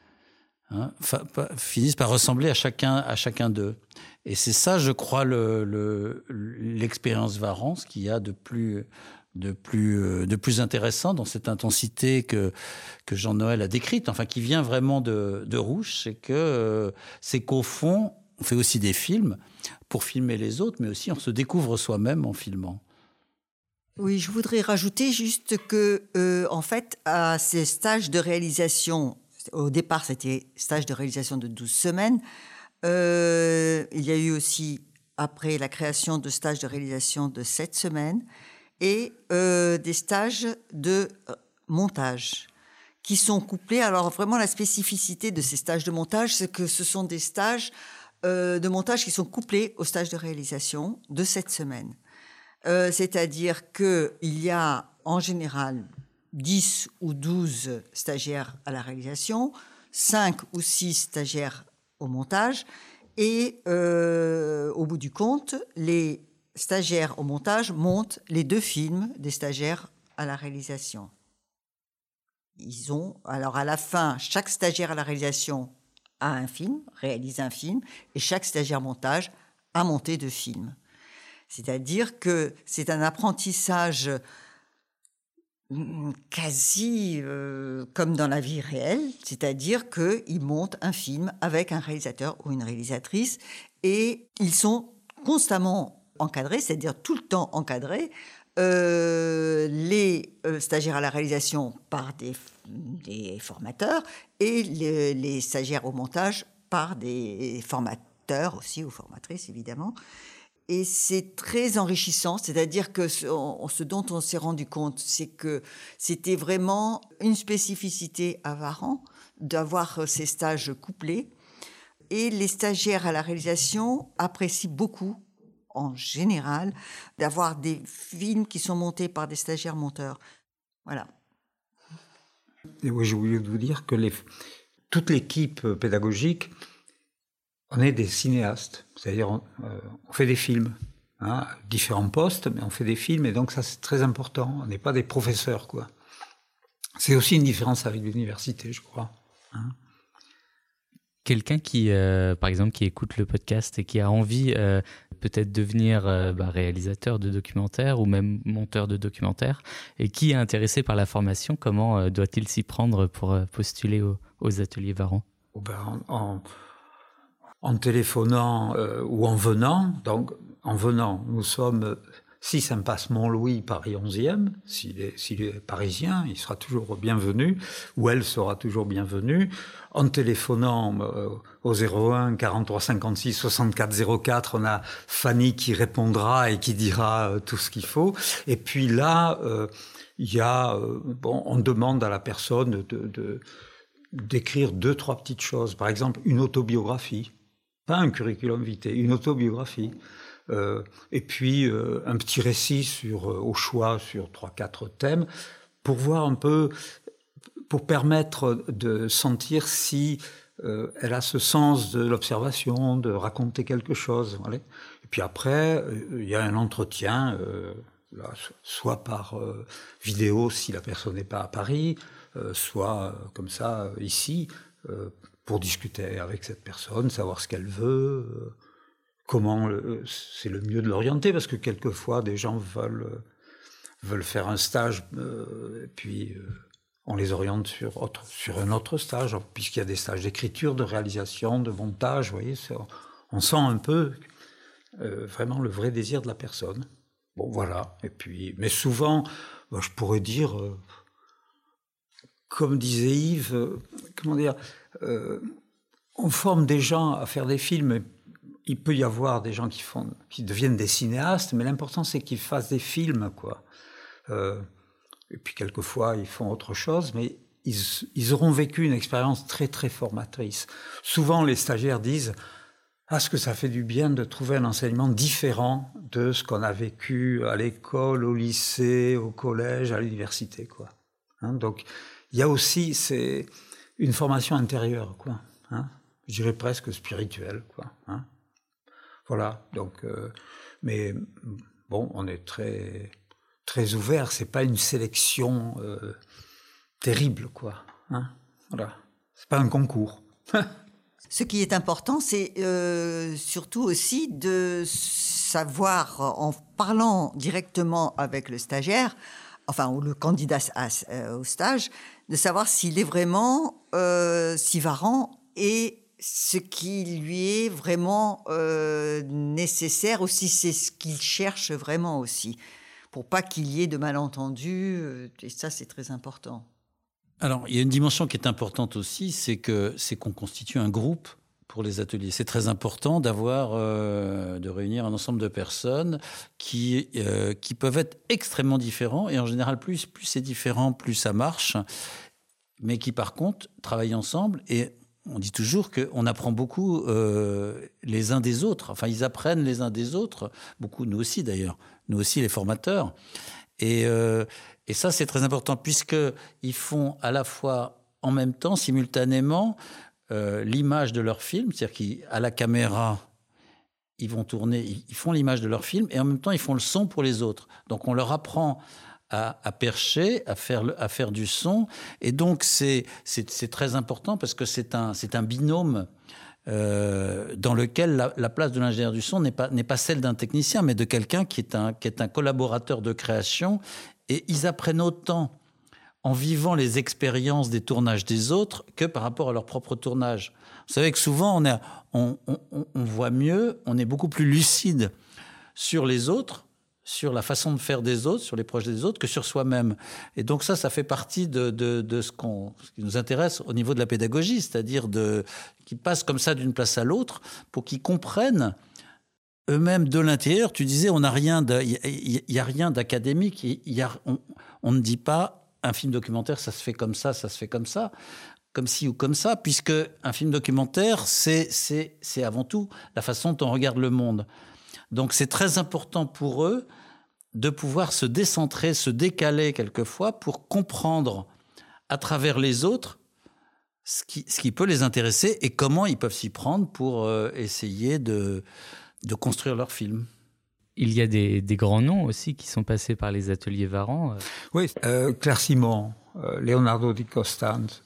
Hein, fa- pa- finissent par ressembler à chacun, à chacun d'eux. Et c'est ça, je crois, le, le, l'expérience Varan, ce qu'il y a de plus, de plus, de plus intéressant dans cette intensité que, que Jean-Noël a décrite, enfin, qui vient vraiment de, de Rouge, c'est que, c'est qu'au fond, on fait aussi des films pour filmer les autres, mais aussi on se découvre soi-même en filmant. Oui, je voudrais rajouter juste que, euh, en fait, à ces stages de réalisation, au départ, c'était stage de réalisation de douze semaines. Euh, il y a eu aussi, après la création de stages de réalisation de sept semaines, et euh, des stages de montage qui sont couplés. Alors, vraiment, la spécificité de ces stages de montage, c'est que ce sont des stages euh, de montage qui sont couplés au stage de réalisation de cette semaine. Euh, c'est-à-dire qu'il y a en général dix ou douze stagiaires à la réalisation, cinq ou six stagiaires au montage, et euh, au bout du compte, les stagiaires au montage montent les deux films des stagiaires à la réalisation. Ils ont, alors à la fin, chaque stagiaire à la réalisation a un film, réalise un film, et chaque stagiaire montage a monté deux films. C'est-à-dire que c'est un apprentissage quasi euh, comme dans la vie réelle, c'est-à-dire qu'ils montent un film avec un réalisateur ou une réalisatrice et ils sont constamment encadrés, c'est-à-dire tout le temps encadrés, euh, les euh, stagiaires à la réalisation par des, des formateurs et les, les stagiaires au montage par des formateurs aussi, ou formatrices évidemment. Et c'est très enrichissant, c'est-à-dire que ce, on, ce dont on s'est rendu compte, c'est que c'était vraiment une spécificité à Varan d'avoir ces stages couplés. Et les stagiaires à la réalisation apprécient beaucoup, en général, d'avoir des films qui sont montés par des stagiaires monteurs. Voilà. Et oui, j'ai oublié de vous dire que les, toute l'équipe pédagogique, on est des cinéastes, c'est-à-dire on, euh, on fait des films, hein, différents postes, mais on fait des films, et donc ça c'est très important. On n'est pas des professeurs, quoi. C'est aussi une différence avec l'université, je crois. Hein. Quelqu'un qui, euh, par exemple, qui écoute le podcast et qui a envie euh, peut-être de devenir euh, bah, réalisateur de documentaires ou même monteur de documentaires et qui est intéressé par la formation, comment euh, doit-il s'y prendre pour euh, postuler au, aux ateliers Varan ? Oh ben, en, en... En téléphonant euh, ou en venant, donc en venant, nous sommes six impasse Montlouis, Paris onzième. S'il est, s'il est parisien, il sera toujours bienvenu, ou elle sera toujours bienvenue. En téléphonant euh, au zéro un quarante-trois cinquante-six soixante-quatre zéro quatre, on a Fanny qui répondra et qui dira euh, tout ce qu'il faut. Et puis là, euh, il y a, euh, bon, on demande à la personne de, de, de, d'écrire deux, trois petites choses. Par exemple, une autobiographie. Pas un curriculum vitae, une autobiographie. Euh, et puis euh, un petit récit sur, euh, au choix sur trois, quatre thèmes, pour voir un peu, pour permettre de sentir si euh, elle a ce sens de l'observation, de raconter quelque chose. Voilà. Et puis après, il euh, y a un entretien, euh, là, soit par euh, vidéo si la personne n'est pas à Paris, euh, soit euh, comme ça, euh, ici, euh, pour discuter avec cette personne, savoir ce qu'elle veut, euh, comment le, c'est le mieux de l'orienter, parce que quelquefois des gens veulent, euh, veulent faire un stage, euh, et puis euh, on les oriente sur, autre, sur un autre stage, puisqu'il y a des stages d'écriture, de réalisation, de montage, vous voyez, c'est, on sent un peu euh, vraiment le vrai désir de la personne. Bon, voilà, et puis, mais souvent, bah, je pourrais dire, euh, comme disait Yves, euh, comment dire, Euh, on forme des gens à faire des films. Il peut y avoir des gens qui font, qui deviennent des cinéastes, mais l'important c'est qu'ils fassent des films, quoi. Euh, et puis quelquefois ils font autre chose, mais ils, ils auront vécu une expérience très très formatrice. Souvent les stagiaires disent ah, ce que ça fait du bien de trouver un enseignement différent de ce qu'on a vécu à l'école, au lycée, au collège, à l'université, quoi. Hein, donc il y a aussi c'est une formation intérieure, quoi, hein, je dirais presque spirituelle, quoi, hein. Voilà, donc, euh, mais bon, on est très, très ouvert, c'est pas une sélection euh, terrible, quoi, hein, voilà, c'est pas un concours. Ce qui est important, c'est euh, surtout aussi de savoir, en parlant directement avec le stagiaire, enfin, ou le candidat à, à, au stage, de savoir s'il est vraiment, euh, si Varan est ce qui lui est vraiment euh, nécessaire, ou si c'est ce qu'il cherche vraiment aussi, pour pas qu'il y ait de malentendus, euh, et ça c'est très important. Alors, il y a une dimension qui est importante aussi, c'est que c'est qu'on constitue un groupe pour les ateliers. C'est très important d'avoir, euh, de réunir un ensemble de personnes qui, euh, qui peuvent être extrêmement différents, et en général, plus, plus c'est différent, plus ça marche, mais qui par contre travaillent ensemble, et on dit toujours qu'on apprend beaucoup euh, les uns des autres. Enfin, ils apprennent les uns des autres, beaucoup, nous aussi d'ailleurs, nous aussi les formateurs. Et, euh, et ça, c'est très important, puisqu'ils font à la fois, en même temps, simultanément, euh, l'image de leur film, c'est-à-dire qu'à la caméra, ils vont tourner, ils font l'image de leur film, et en même temps, ils font le son pour les autres. Donc, on leur apprend à, à percher, à faire, à faire du son. Et donc, c'est, c'est, c'est très important parce que c'est un, c'est un binôme euh, dans lequel la, la place de l'ingénieur du son n'est pas, n'est pas celle d'un technicien, mais de quelqu'un qui est un, qui est un collaborateur de création. Et ils apprennent autant en vivant les expériences des tournages des autres que par rapport à leur propre tournage. Vous savez que souvent, on, est, on, on, on voit mieux, on est beaucoup plus lucide sur les autres, sur la façon de faire des autres, sur les projets des autres, que sur soi-même. Et donc ça, ça fait partie de, de, de ce, qu'on, ce qui nous intéresse au niveau de la pédagogie, c'est-à-dire de, qu'ils passent comme ça d'une place à l'autre pour qu'ils comprennent eux-mêmes de l'intérieur. Tu disais, on n'a rien, il n'y a, a rien d'académique. Il y a, on, on ne dit pas un film documentaire, ça se fait comme ça, ça se fait comme ça, comme ci ou comme ça, puisque un film documentaire, c'est, c'est, c'est avant tout la façon dont on regarde le monde. Donc c'est très important pour eux de pouvoir se décentrer, se décaler quelquefois pour comprendre à travers les autres ce qui, ce qui peut les intéresser et comment ils peuvent s'y prendre pour euh, essayer de, de construire leur film. Il y a des, des grands noms aussi qui sont passés par les ateliers Varan. Oui, euh, Claire Simon, euh, Leonardo Di Costanzo,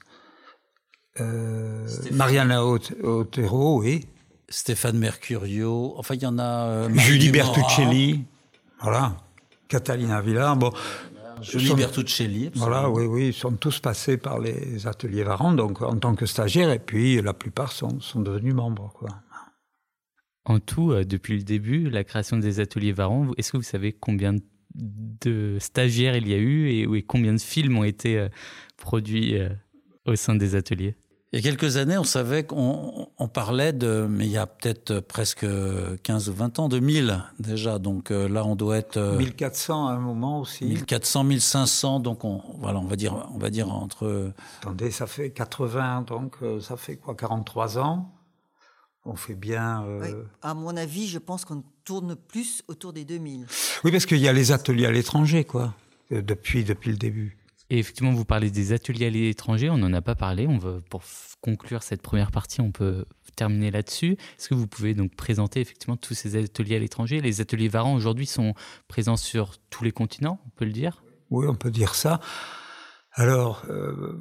euh, Mariana Otero, oui. Stéphane Mercurio, enfin il y en a... Euh, Julie Bertuccelli, voilà. Catalina Villar, bon... Julie sont, Bertuccelli. Absolument. Voilà, oui, oui, ils sont tous passés par les ateliers Varan, donc en tant que stagiaires, et puis la plupart sont, sont devenus membres, quoi. En tout, euh, depuis le début, la création des ateliers Varan, est-ce que vous savez combien de stagiaires il y a eu et, et combien de films ont été euh, produits euh, au sein des ateliers ? Il y a quelques années, on savait qu'on on parlait de, mais il y a peut-être presque quinze ou vingt ans, de mille déjà. Donc euh, là, on doit être... Euh, mille quatre cents à un moment aussi. mille quatre cents, mille cinq cents, donc on, voilà, on va dire, on va dire entre... Attendez, ça fait quatre-vingts, donc euh, ça fait quoi, quarante-trois ans ? On fait bien... Euh... Oui, à mon avis, je pense qu'on tourne plus autour des deux mille. Oui, parce qu'il y a les ateliers à l'étranger, quoi, depuis, depuis le début. Et effectivement, vous parlez des ateliers à l'étranger, on n'en a pas parlé. On va, pour conclure cette première partie, on peut terminer là-dessus. Est-ce que vous pouvez donc présenter effectivement tous ces ateliers à l'étranger ? Les ateliers Varan aujourd'hui sont présents sur tous les continents, on peut le dire ? Oui, on peut dire ça. Alors... Euh...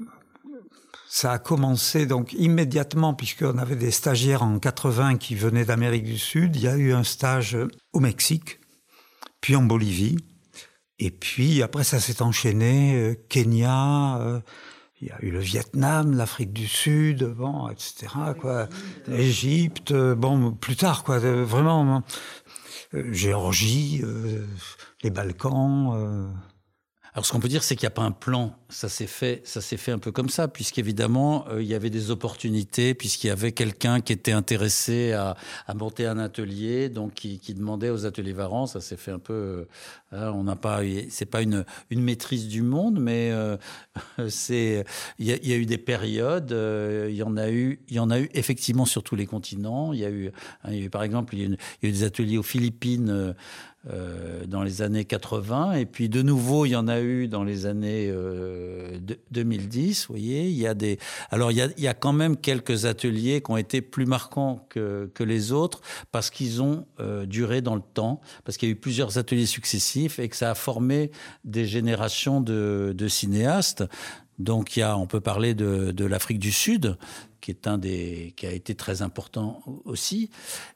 Ça a commencé donc immédiatement, puisqu'on avait des stagiaires en quatre-vingts qui venaient d'Amérique du Sud. Il y a eu un stage au Mexique, puis en Bolivie. Et puis après, ça s'est enchaîné. Euh, Kenya, euh, il y a eu le Vietnam, l'Afrique du Sud, bon, et cetera. Quoi. Égypte, euh, bon, plus tard, quoi. Euh, vraiment, euh, Géorgie, euh, les Balkans... Euh, Alors, ce qu'on peut dire, c'est qu'il n'y a pas un plan. Ça s'est fait, ça s'est fait un peu comme ça, puisqu'évidemment, euh, il y avait des opportunités, puisqu'il y avait quelqu'un qui était intéressé à, à monter un atelier, donc qui, qui demandait aux ateliers Varan. Ça s'est fait un peu. Euh, hein, on n'a pas, c'est pas une, une maîtrise du monde, mais euh, c'est. Il y, a, il y a eu des périodes. Euh, il y en a eu, il y en a eu effectivement sur tous les continents. Il y a eu, hein, il y a eu par exemple, il y a eu, il y a eu des ateliers aux Philippines. Euh, Euh, dans les années quatre-vingts, et puis de nouveau il y en a eu dans les années euh, de, deux mille dix. Vous voyez, il y a des. Alors il y a, il y a quand même quelques ateliers qui ont été plus marquants que, que les autres parce qu'ils ont euh, duré dans le temps, parce qu'il y a eu plusieurs ateliers successifs et que ça a formé des générations de, de cinéastes. Donc il y a, on peut parler de, de l'Afrique du Sud, qui est un des, qui a été très important aussi.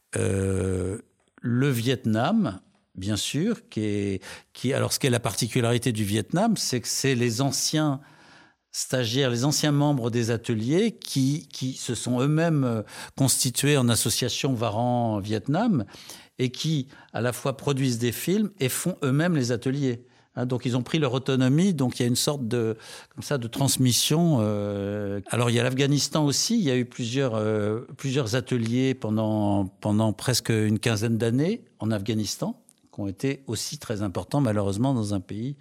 Euh, le Vietnam. Bien sûr, qui est, qui, alors ce qui est la particularité du Vietnam, c'est que c'est les anciens stagiaires, les anciens membres des ateliers qui, qui se sont eux-mêmes constitués en association Varan Vietnam et qui, à la fois, produisent des films et font eux-mêmes les ateliers. Hein, donc, ils ont pris leur autonomie. Donc, il y a une sorte de, comme ça, de transmission. Euh... Alors, il y a l'Afghanistan aussi. Il y a eu plusieurs, euh, plusieurs ateliers pendant, pendant presque une quinzaine d'années en Afghanistan, qui ont été aussi très importants, malheureusement, dans un pays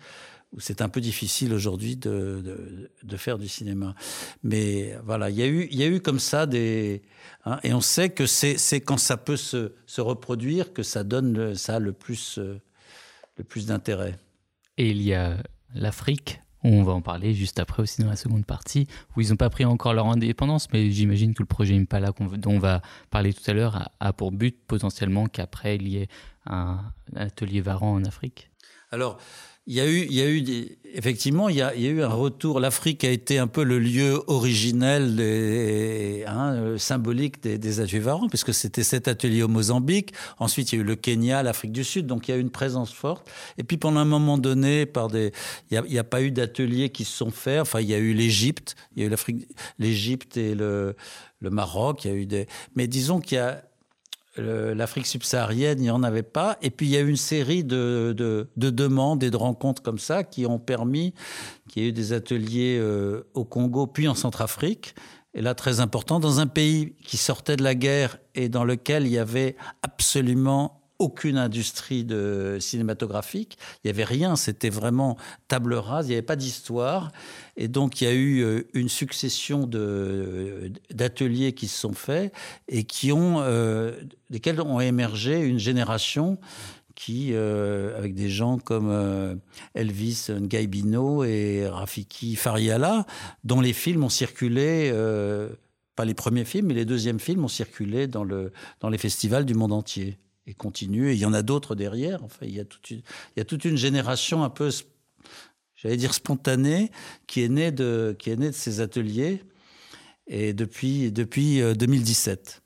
où c'est un peu difficile aujourd'hui de, de, de faire du cinéma. Mais voilà, il y a eu, il y a eu comme ça des... Hein, et on sait que c'est, c'est quand ça peut se, se reproduire que ça donne le, ça a le plus, euh, le plus d'intérêt. Et il y a l'Afrique, où on va en parler juste après aussi dans la seconde partie, où ils n'ont pas pris encore leur indépendance, mais j'imagine que le projet Impala dont on va parler tout à l'heure a, a pour but potentiellement qu'après il y ait un, un atelier Varan en Afrique. Alors, il y a eu, il y a eu des, effectivement, il y a, il y a eu un retour. L'Afrique a été un peu le lieu originel et hein, symbolique des, des ateliers Varan, puisque c'était cet atelier au Mozambique. Ensuite, il y a eu le Kenya, l'Afrique du Sud, donc il y a eu une présence forte. Et puis, pendant un moment donné, par des, il n'y a, a pas eu d'ateliers qui se sont faits. Enfin, il y a eu l'Égypte, il y a eu l'Afrique, l'Égypte et le, le Maroc. Il y a eu des, mais disons qu'il y a l'Afrique subsaharienne, il n'y en avait pas. Et puis, il y a eu une série de, de, de demandes et de rencontres comme ça qui ont permis qu'il y ait eu des ateliers euh, au Congo, puis en Centrafrique. Et là, très important, dans un pays qui sortait de la guerre et dans lequel il y avait absolument aucune industrie de cinématographique. Il n'y avait rien, c'était vraiment table rase, il n'y avait pas d'histoire. Et donc, il y a eu une succession de, d'ateliers qui se sont faits et qui ont, euh, desquels ont émergé une génération qui, euh, avec des gens comme euh, Elvis Ngaibino et Rafiki Fariala, dont les films ont circulé, euh, pas les premiers films, mais les deuxièmes films ont circulé dans, le, dans les festivals du monde entier. Et continue, et il y en a d'autres derrière. Enfin, il y a toute une, il y a toute une génération un peu, j'allais dire spontanée, qui est née de, qui est née de ces ateliers, et depuis, depuis deux mille dix-sept.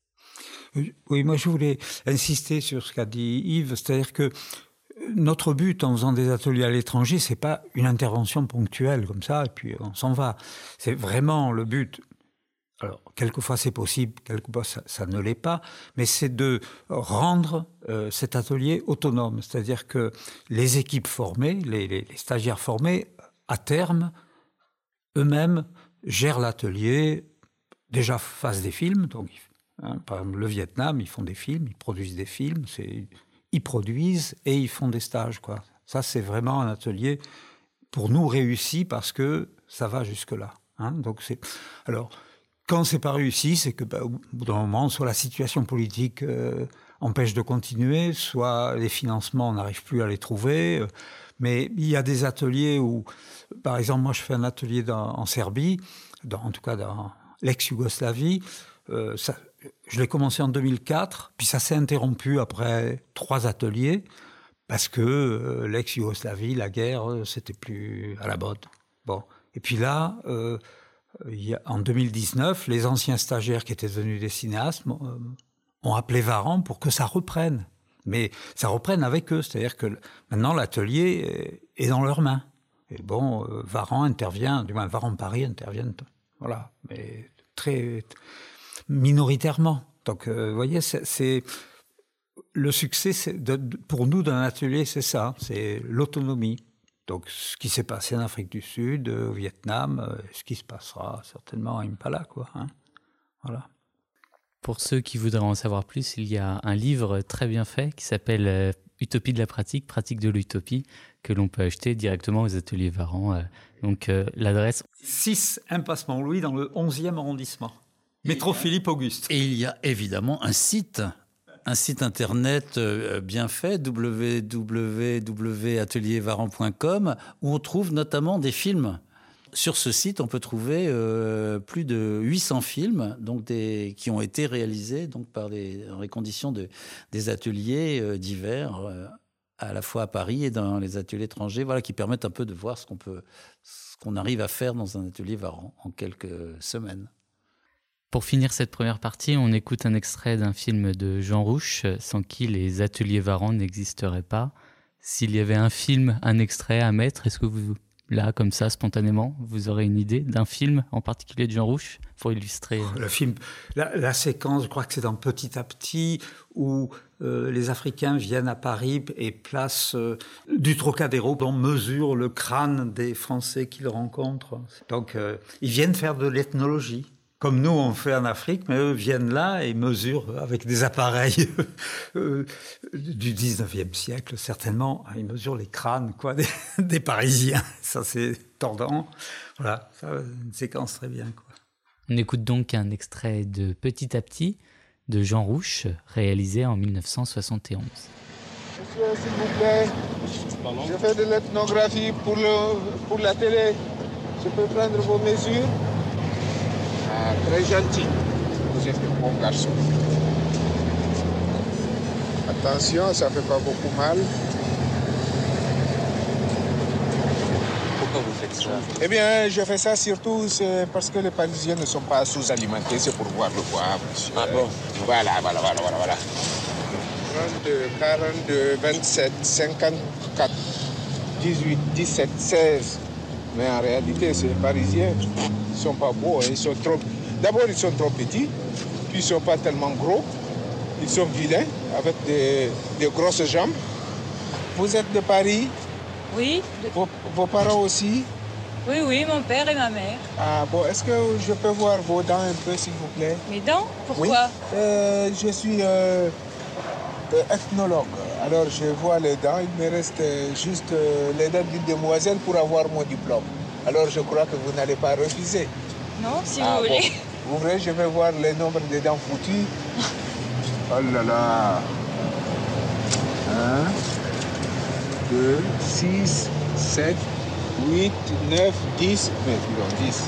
Oui, moi je voulais insister sur ce qu'a dit Yves, c'est-à-dire que notre but en faisant des ateliers à l'étranger, c'est pas une intervention ponctuelle comme ça, et puis on s'en va. C'est vraiment le but. Alors, quelquefois c'est possible, quelquefois ça, ça ne l'est pas, mais c'est de rendre euh, cet atelier autonome. C'est-à-dire que les équipes formées, les, les, les stagiaires formés, à terme, eux-mêmes gèrent l'atelier, déjà fassent des films. Donc, hein, par exemple, le Vietnam, ils font des films, ils produisent des films, c'est, ils produisent et ils font des stages, quoi. Ça, c'est vraiment un atelier, pour nous, réussi parce que ça va jusque-là. Hein. Donc, c'est... Alors... Quand c'est pas réussi, c'est que bah, au bout d'un moment, soit la situation politique euh, empêche de continuer, soit les financements, on n'arrive plus à les trouver. Euh, mais il y a des ateliers où, par exemple, moi je fais un atelier dans, en Serbie, dans, en tout cas dans l'ex-Yougoslavie. Euh, ça, je l'ai commencé en deux mille quatre, puis ça s'est interrompu après trois ateliers, parce que euh, l'ex-Yougoslavie, la guerre, euh, c'était plus à la mode. Bon. Et puis là... Euh, en deux mille dix-neuf, les anciens stagiaires qui étaient devenus des cinéastes ont appelé Varan pour que ça reprenne. Mais ça reprenne avec eux, c'est-à-dire que maintenant l'atelier est dans leurs mains. Et bon, Varan intervient, du moins Varan Paris intervient, voilà, mais très minoritairement. Donc, vous voyez, c'est, c'est le succès c'est de, pour nous d'un atelier, c'est ça, c'est l'autonomie. Donc, ce qui s'est passé en Afrique du Sud, au Vietnam, ce qui se passera certainement à Impala, quoi. Hein. Voilà. Pour ceux qui voudraient en savoir plus, il y a un livre très bien fait qui s'appelle euh, Utopie de la pratique, pratique de l'utopie, que l'on peut acheter directement aux ateliers Varan. Euh, donc, euh, l'adresse... six Impasse Montlouis dans le onzième arrondissement. Métro Philippe Auguste. Et il y a évidemment un site... Un site internet bien fait, w w w point atelier varan point com, où on trouve notamment des films. Sur ce site, on peut trouver euh, plus de huit cents films donc des, qui ont été réalisés donc, par des, dans les conditions de, des ateliers euh, divers, euh, à la fois à Paris et dans les ateliers étrangers, voilà, qui permettent un peu de voir ce qu'on peut, ce qu'on arrive à faire dans un atelier Varan en quelques semaines. Pour finir cette première partie, on écoute un extrait d'un film de Jean Rouch, sans qui les ateliers Varan n'existeraient pas. S'il y avait un film, un extrait à mettre, est-ce que vous, là, comme ça, spontanément, vous aurez une idée d'un film en particulier de Jean Rouch pour illustrer euh... Le film, la, la séquence, je crois que c'est dans Petit à Petit, où euh, les Africains viennent à Paris et placent euh, du Trocadéro, on mesure le crâne des Français qu'ils rencontrent. Donc, euh, ils viennent faire de l'ethnologie. comme nous on fait en Afrique, mais eux viennent là et mesurent avec des appareils du dix-neuvième siècle, certainement. Ils mesurent les crânes quoi, des, des Parisiens. Ça, c'est tordant. Voilà, ça, une séquence très bien, quoi. On écoute donc un extrait de Petit à Petit de Jean Rouch, réalisé en dix-neuf cent soixante et onze. Monsieur, s'il vous plaît, je fais de l'ethnographie pour, le, pour la télé. Je peux prendre vos mesures? Ah, très gentil. Vous êtes un bon garçon. Attention, ça ne fait pas beaucoup mal. Pourquoi vous faites ça? Eh bien, je fais ça surtout c'est parce que les Parisiens ne sont pas sous-alimentés. C'est pour voir le poids, monsieur. Ah bon? Voilà, voilà, voilà, voilà, voilà. trente-deux, quarante-deux, vingt-sept, cinquante-quatre, dix-huit, dix-sept, seize. Mais en réalité, ces Parisiens, ils ne sont pas beaux. Ils sont trop... D'abord, ils sont trop petits, puis ils ne sont pas tellement gros. Ils sont vilains, avec des, des grosses jambes. Vous êtes de Paris? Oui. Vos, vos parents aussi? Oui, oui, mon père et ma mère. Ah bon, est-ce que je peux voir vos dents un peu, s'il vous plaît? Mes dents? Pourquoi? Oui. euh, Je suis euh, ethnologue. Alors, je vois les dents. Il me reste juste euh, les dents d'une demoiselle pour avoir mon diplôme. Alors, je crois que vous n'allez pas refuser. Non, si ah, vous voulez. Bon. Ouvrez, je vais voir le nombre de dents foutues. Oh là là. Un, deux, six, sept, huit, neuf, dix. Mais non, dix.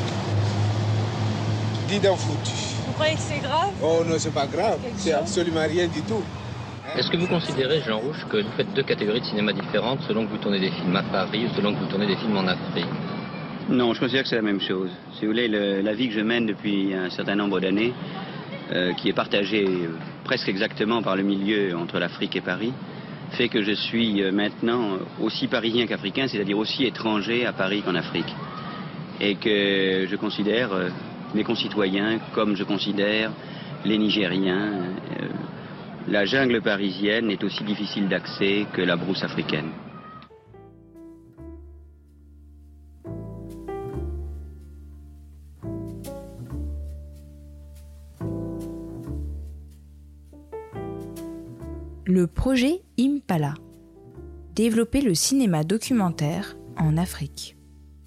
dix dents foutues. Vous croyez que c'est grave? Oh non, c'est pas grave. Quelque C'est chose? absolument rien du tout. Est-ce que vous considérez, Jean Rouch, que vous faites deux catégories de cinéma différentes selon que vous tournez des films à Paris ou selon que vous tournez des films en Afrique? Non, je considère que c'est la même chose. Si vous voulez, le, la vie que je mène depuis un certain nombre d'années, euh, qui est partagée euh, presque exactement par le milieu entre l'Afrique et Paris, fait que je suis euh, maintenant aussi parisien qu'africain, c'est-à-dire aussi étranger à Paris qu'en Afrique. Et que je considère euh, mes concitoyens comme je considère les Nigériens. Euh, la jungle parisienne est aussi difficile d'accès que la brousse africaine. Le projet Impala. Développer le cinéma documentaire en Afrique.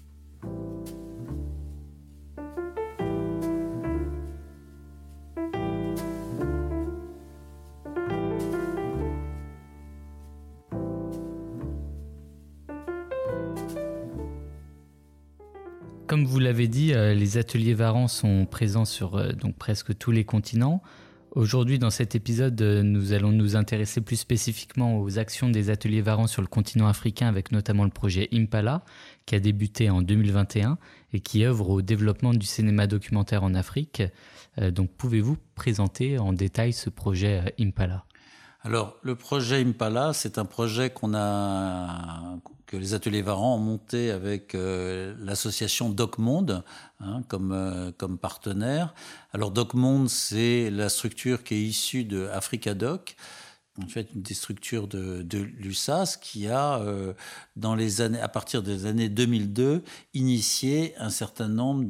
Comme vous l'avez dit, euh, les ateliers Varan sont présents sur euh, donc presque tous les continents. Aujourd'hui, dans cet épisode, euh, nous allons nous intéresser plus spécifiquement aux actions des ateliers Varan sur le continent africain, avec notamment le projet Impala, qui a débuté en deux mille vingt et un et qui œuvre au développement du cinéma documentaire en Afrique. Euh, donc, pouvez-vous présenter en détail ce projet euh, Impala ? Alors, le projet Impala, c'est un projet qu'on a, que les ateliers Varan ont monté avec euh, l'association DocMonde hein, comme, euh, comme partenaire. Alors, DocMonde, c'est la structure qui est issue de Africadoc, en fait une des structures de, de l'U S A S, qui a, euh, dans les années, à partir des années deux mille deux, initié un certain nombre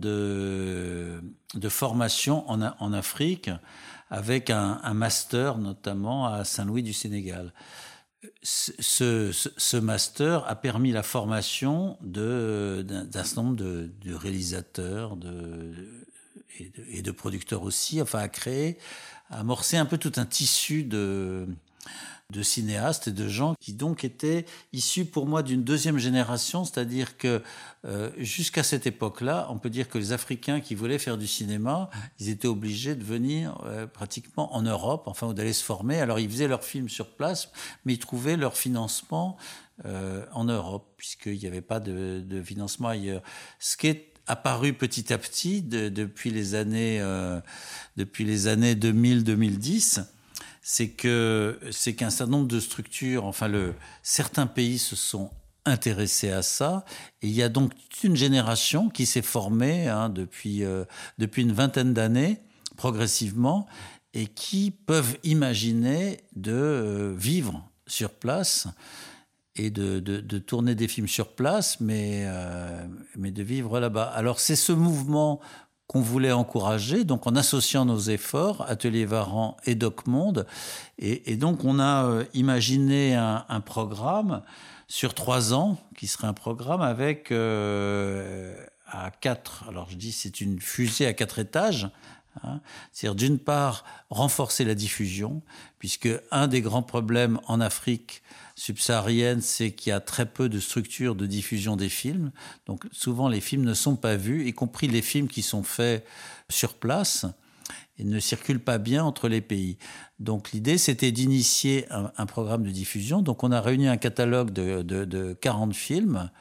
de, de formations en, en Afrique, avec un, un master notamment à Saint-Louis du Sénégal. Ce, ce, ce master a permis la formation de, d'un, d'un certain nombre de, de réalisateurs de, et, de, et de producteurs aussi, enfin à créer, à amorcer un peu tout un tissu de, de cinéastes et de gens qui donc étaient issus pour moi d'une deuxième génération, c'est-à-dire que euh, jusqu'à cette époque-là, on peut dire que les Africains qui voulaient faire du cinéma, ils étaient obligés de venir euh, pratiquement en Europe, enfin, ou d'aller se former. Alors ils faisaient leurs films sur place, mais ils trouvaient leur financement euh, en Europe, puisqu'il n'y avait pas de, de financement ailleurs. Ce qui est apparu petit à petit de, depuis les années, euh, depuis les années deux mille deux mille dix, c'est que c'est qu'un certain nombre de structures, enfin le, certains pays se sont intéressés à ça, et il y a donc toute une génération qui s'est formée hein, depuis euh, depuis une vingtaine d'années progressivement, et qui peuvent imaginer de euh, vivre sur place et de, de, de tourner des films sur place, mais euh, mais de vivre là-bas. Alors c'est ce mouvement qu'on voulait encourager, donc en associant nos efforts, Atelier Varan et DocMonde. Et, et donc, on a euh, imaginé un, un programme sur trois ans, qui serait un programme avec euh, à quatre, alors je dis c'est une fusée à quatre étages, hein, c'est-à-dire d'une part renforcer la diffusion, puisque un des grands problèmes en Afrique subsaharienne, c'est qu'il y a très peu de structures de diffusion des films, donc souvent les films ne sont pas vus, y compris les films qui sont faits sur place, et ne circulent pas bien entre les pays. Donc l'idée, c'était d'initier un, un programme de diffusion. Donc on a réuni un catalogue de, de, de quarante films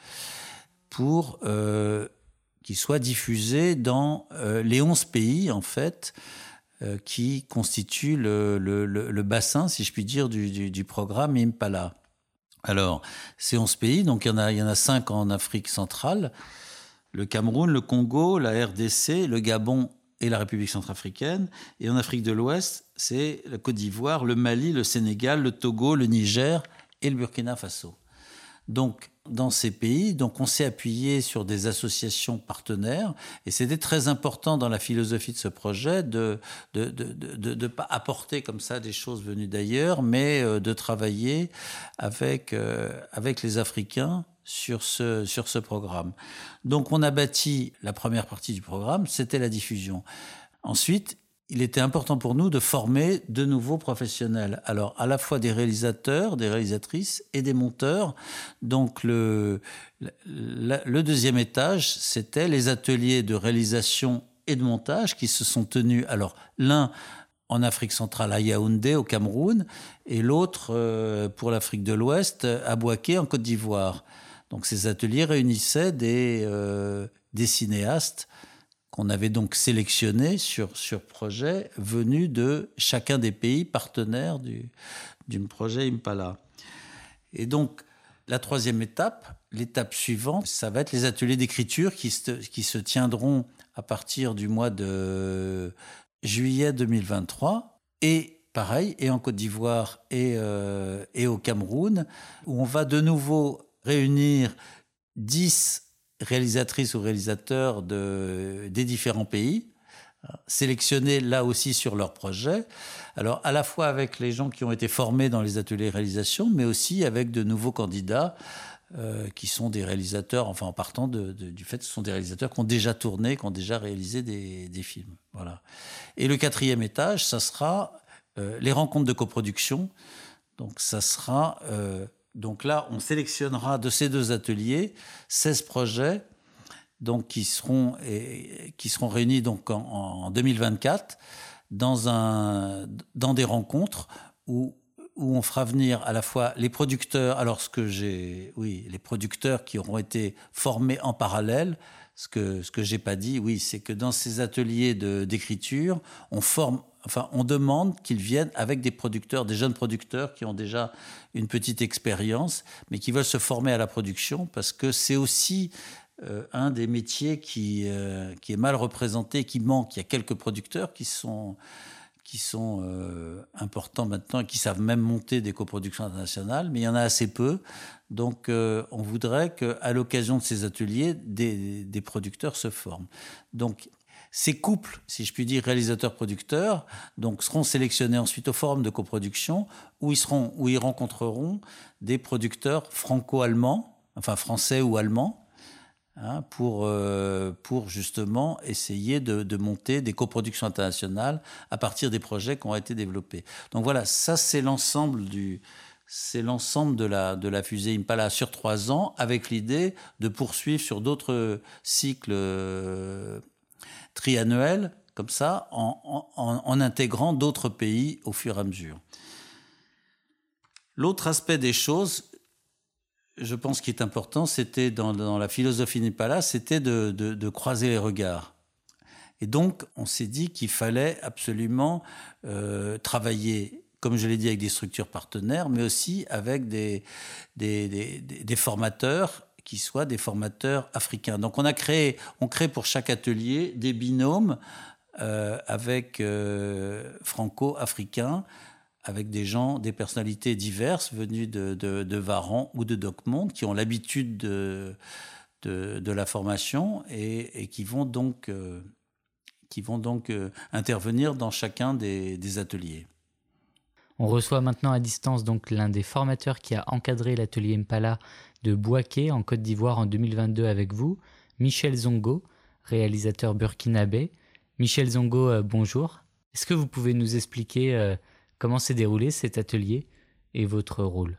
pour euh, qu'ils soient diffusés dans euh, les onze pays, en fait, euh, qui constituent le, le, le, le bassin, si je puis dire, du, du, du programme Impala. Alors, ces onze pays, donc il y en a, il y en a cinq en Afrique centrale, le Cameroun, le Congo, la R D C, le Gabon et la République centrafricaine. Et en Afrique de l'Ouest, c'est la Côte d'Ivoire, le Mali, le Sénégal, le Togo, le Niger et le Burkina Faso. Donc, dans ces pays, donc on s'est appuyé sur des associations partenaires et c'était très important dans la philosophie de ce projet de de de de de pas apporter comme ça des choses venues d'ailleurs, mais de travailler avec euh, avec les Africains sur ce sur ce programme. Donc on a bâti la première partie du programme, c'était la diffusion. Ensuite, il était important pour nous de former de nouveaux professionnels. Alors, à la fois des réalisateurs, des réalisatrices et des monteurs. Donc, le, le, le deuxième étage, c'était les ateliers de réalisation et de montage qui se sont tenus. Alors, l'un en Afrique centrale, à Yaoundé, au Cameroun, et l'autre, euh, pour l'Afrique de l'Ouest, à Bouaké, en Côte d'Ivoire. Donc, ces ateliers réunissaient des, euh, des cinéastes qu'on avait donc sélectionné sur, sur projet venus de chacun des pays partenaires du, du projet Impala. Et donc, la troisième étape, l'étape suivante, ça va être les ateliers d'écriture qui se, qui se tiendront à partir du mois de juillet deux mille vingt-trois. Et pareil, et en Côte d'Ivoire et, euh, et au Cameroun, où on va de nouveau réunir dix réalisatrices ou réalisateurs de, des différents pays, sélectionnés là aussi sur leur projet. Alors, à la fois avec les gens qui ont été formés dans les ateliers de réalisation, mais aussi avec de nouveaux candidats euh, qui sont des réalisateurs, enfin en partant de, de, du fait que ce sont des réalisateurs qui ont déjà tourné, qui ont déjà réalisé des, des films. Voilà. Et le quatrième étage, ça sera euh, les rencontres de coproduction. Donc, ça sera... Euh, Donc là, on sélectionnera de ces deux ateliers seize projets donc, qui, seront, et, qui seront réunis donc en, en deux mille vingt-quatre dans, un, dans des rencontres où, où on fera venir à la fois les producteurs, alors ce que j'ai, oui, les producteurs qui auront été formés en parallèle. Ce que, ce que j'ai pas dit, oui, c'est que dans ces ateliers de, d'écriture, on forme, enfin, on demande qu'ils viennent avec des producteurs, des jeunes producteurs qui ont déjà une petite expérience, mais qui veulent se former à la production parce que c'est aussi euh, un des métiers qui, euh, qui est mal représenté, qui manque. Il y a quelques producteurs qui sont, qui sont euh, importants maintenant et qui savent même monter des coproductions internationales, mais il y en a assez peu. Donc, euh, on voudrait qu'à l'occasion de ces ateliers, des, des producteurs se forment. Donc, ces couples, si je puis dire, réalisateurs-producteurs, donc, seront sélectionnés ensuite au forum de coproduction où ils, seront, où ils rencontreront des producteurs franco-allemands, enfin français ou allemands, hein, pour, euh, pour justement essayer de, de monter des coproductions internationales à partir des projets qui ont été développés. Donc voilà, ça c'est l'ensemble du... C'est l'ensemble de la, de la fusée Impala sur trois ans, avec l'idée de poursuivre sur d'autres cycles euh, triannuels, comme ça, en, en, en intégrant d'autres pays au fur et à mesure. L'autre aspect des choses, je pense qui est important, c'était dans, dans la philosophie Impala, c'était de, de, de croiser les regards. Et donc, on s'est dit qu'il fallait absolument euh, travailler, comme je l'ai dit, avec des structures partenaires, mais aussi avec des, des, des, des formateurs qui soient des formateurs africains. Donc on a créé, on crée pour chaque atelier des binômes euh, avec euh, franco-africains, avec des gens, des personnalités diverses venues de, de, de Varan ou de DocMonde, qui ont l'habitude de, de, de la formation et, et qui vont donc... Euh, qui vont donc euh, intervenir dans chacun des, des ateliers. On reçoit maintenant à distance donc l'un des formateurs qui a encadré l'atelier Impala de Bouaké en Côte d'Ivoire en deux mille vingt-deux avec vous, Michel Zongo, réalisateur burkinabé. Michel Zongo, euh, bonjour. Est-ce que vous pouvez nous expliquer euh, comment s'est déroulé cet atelier et votre rôle?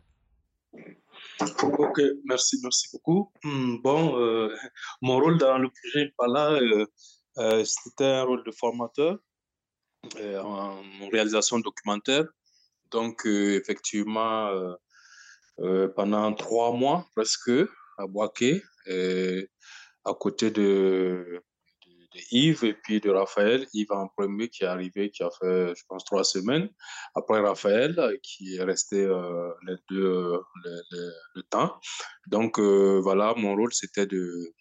Ok, merci, merci beaucoup. Bon, euh, mon rôle dans le projet Impala, euh, euh, c'était un rôle de formateur euh, en réalisation documentaire. Donc, euh, effectivement, euh, euh, pendant trois mois presque à Bouaké, euh, à côté de, de Yves et puis de Raphaël. Yves en premier qui est arrivé, qui a fait, je pense, trois semaines. Après Raphaël, qui est resté euh, les deux, euh, le, le, le temps. Donc, euh, voilà, mon rôle, c'était de,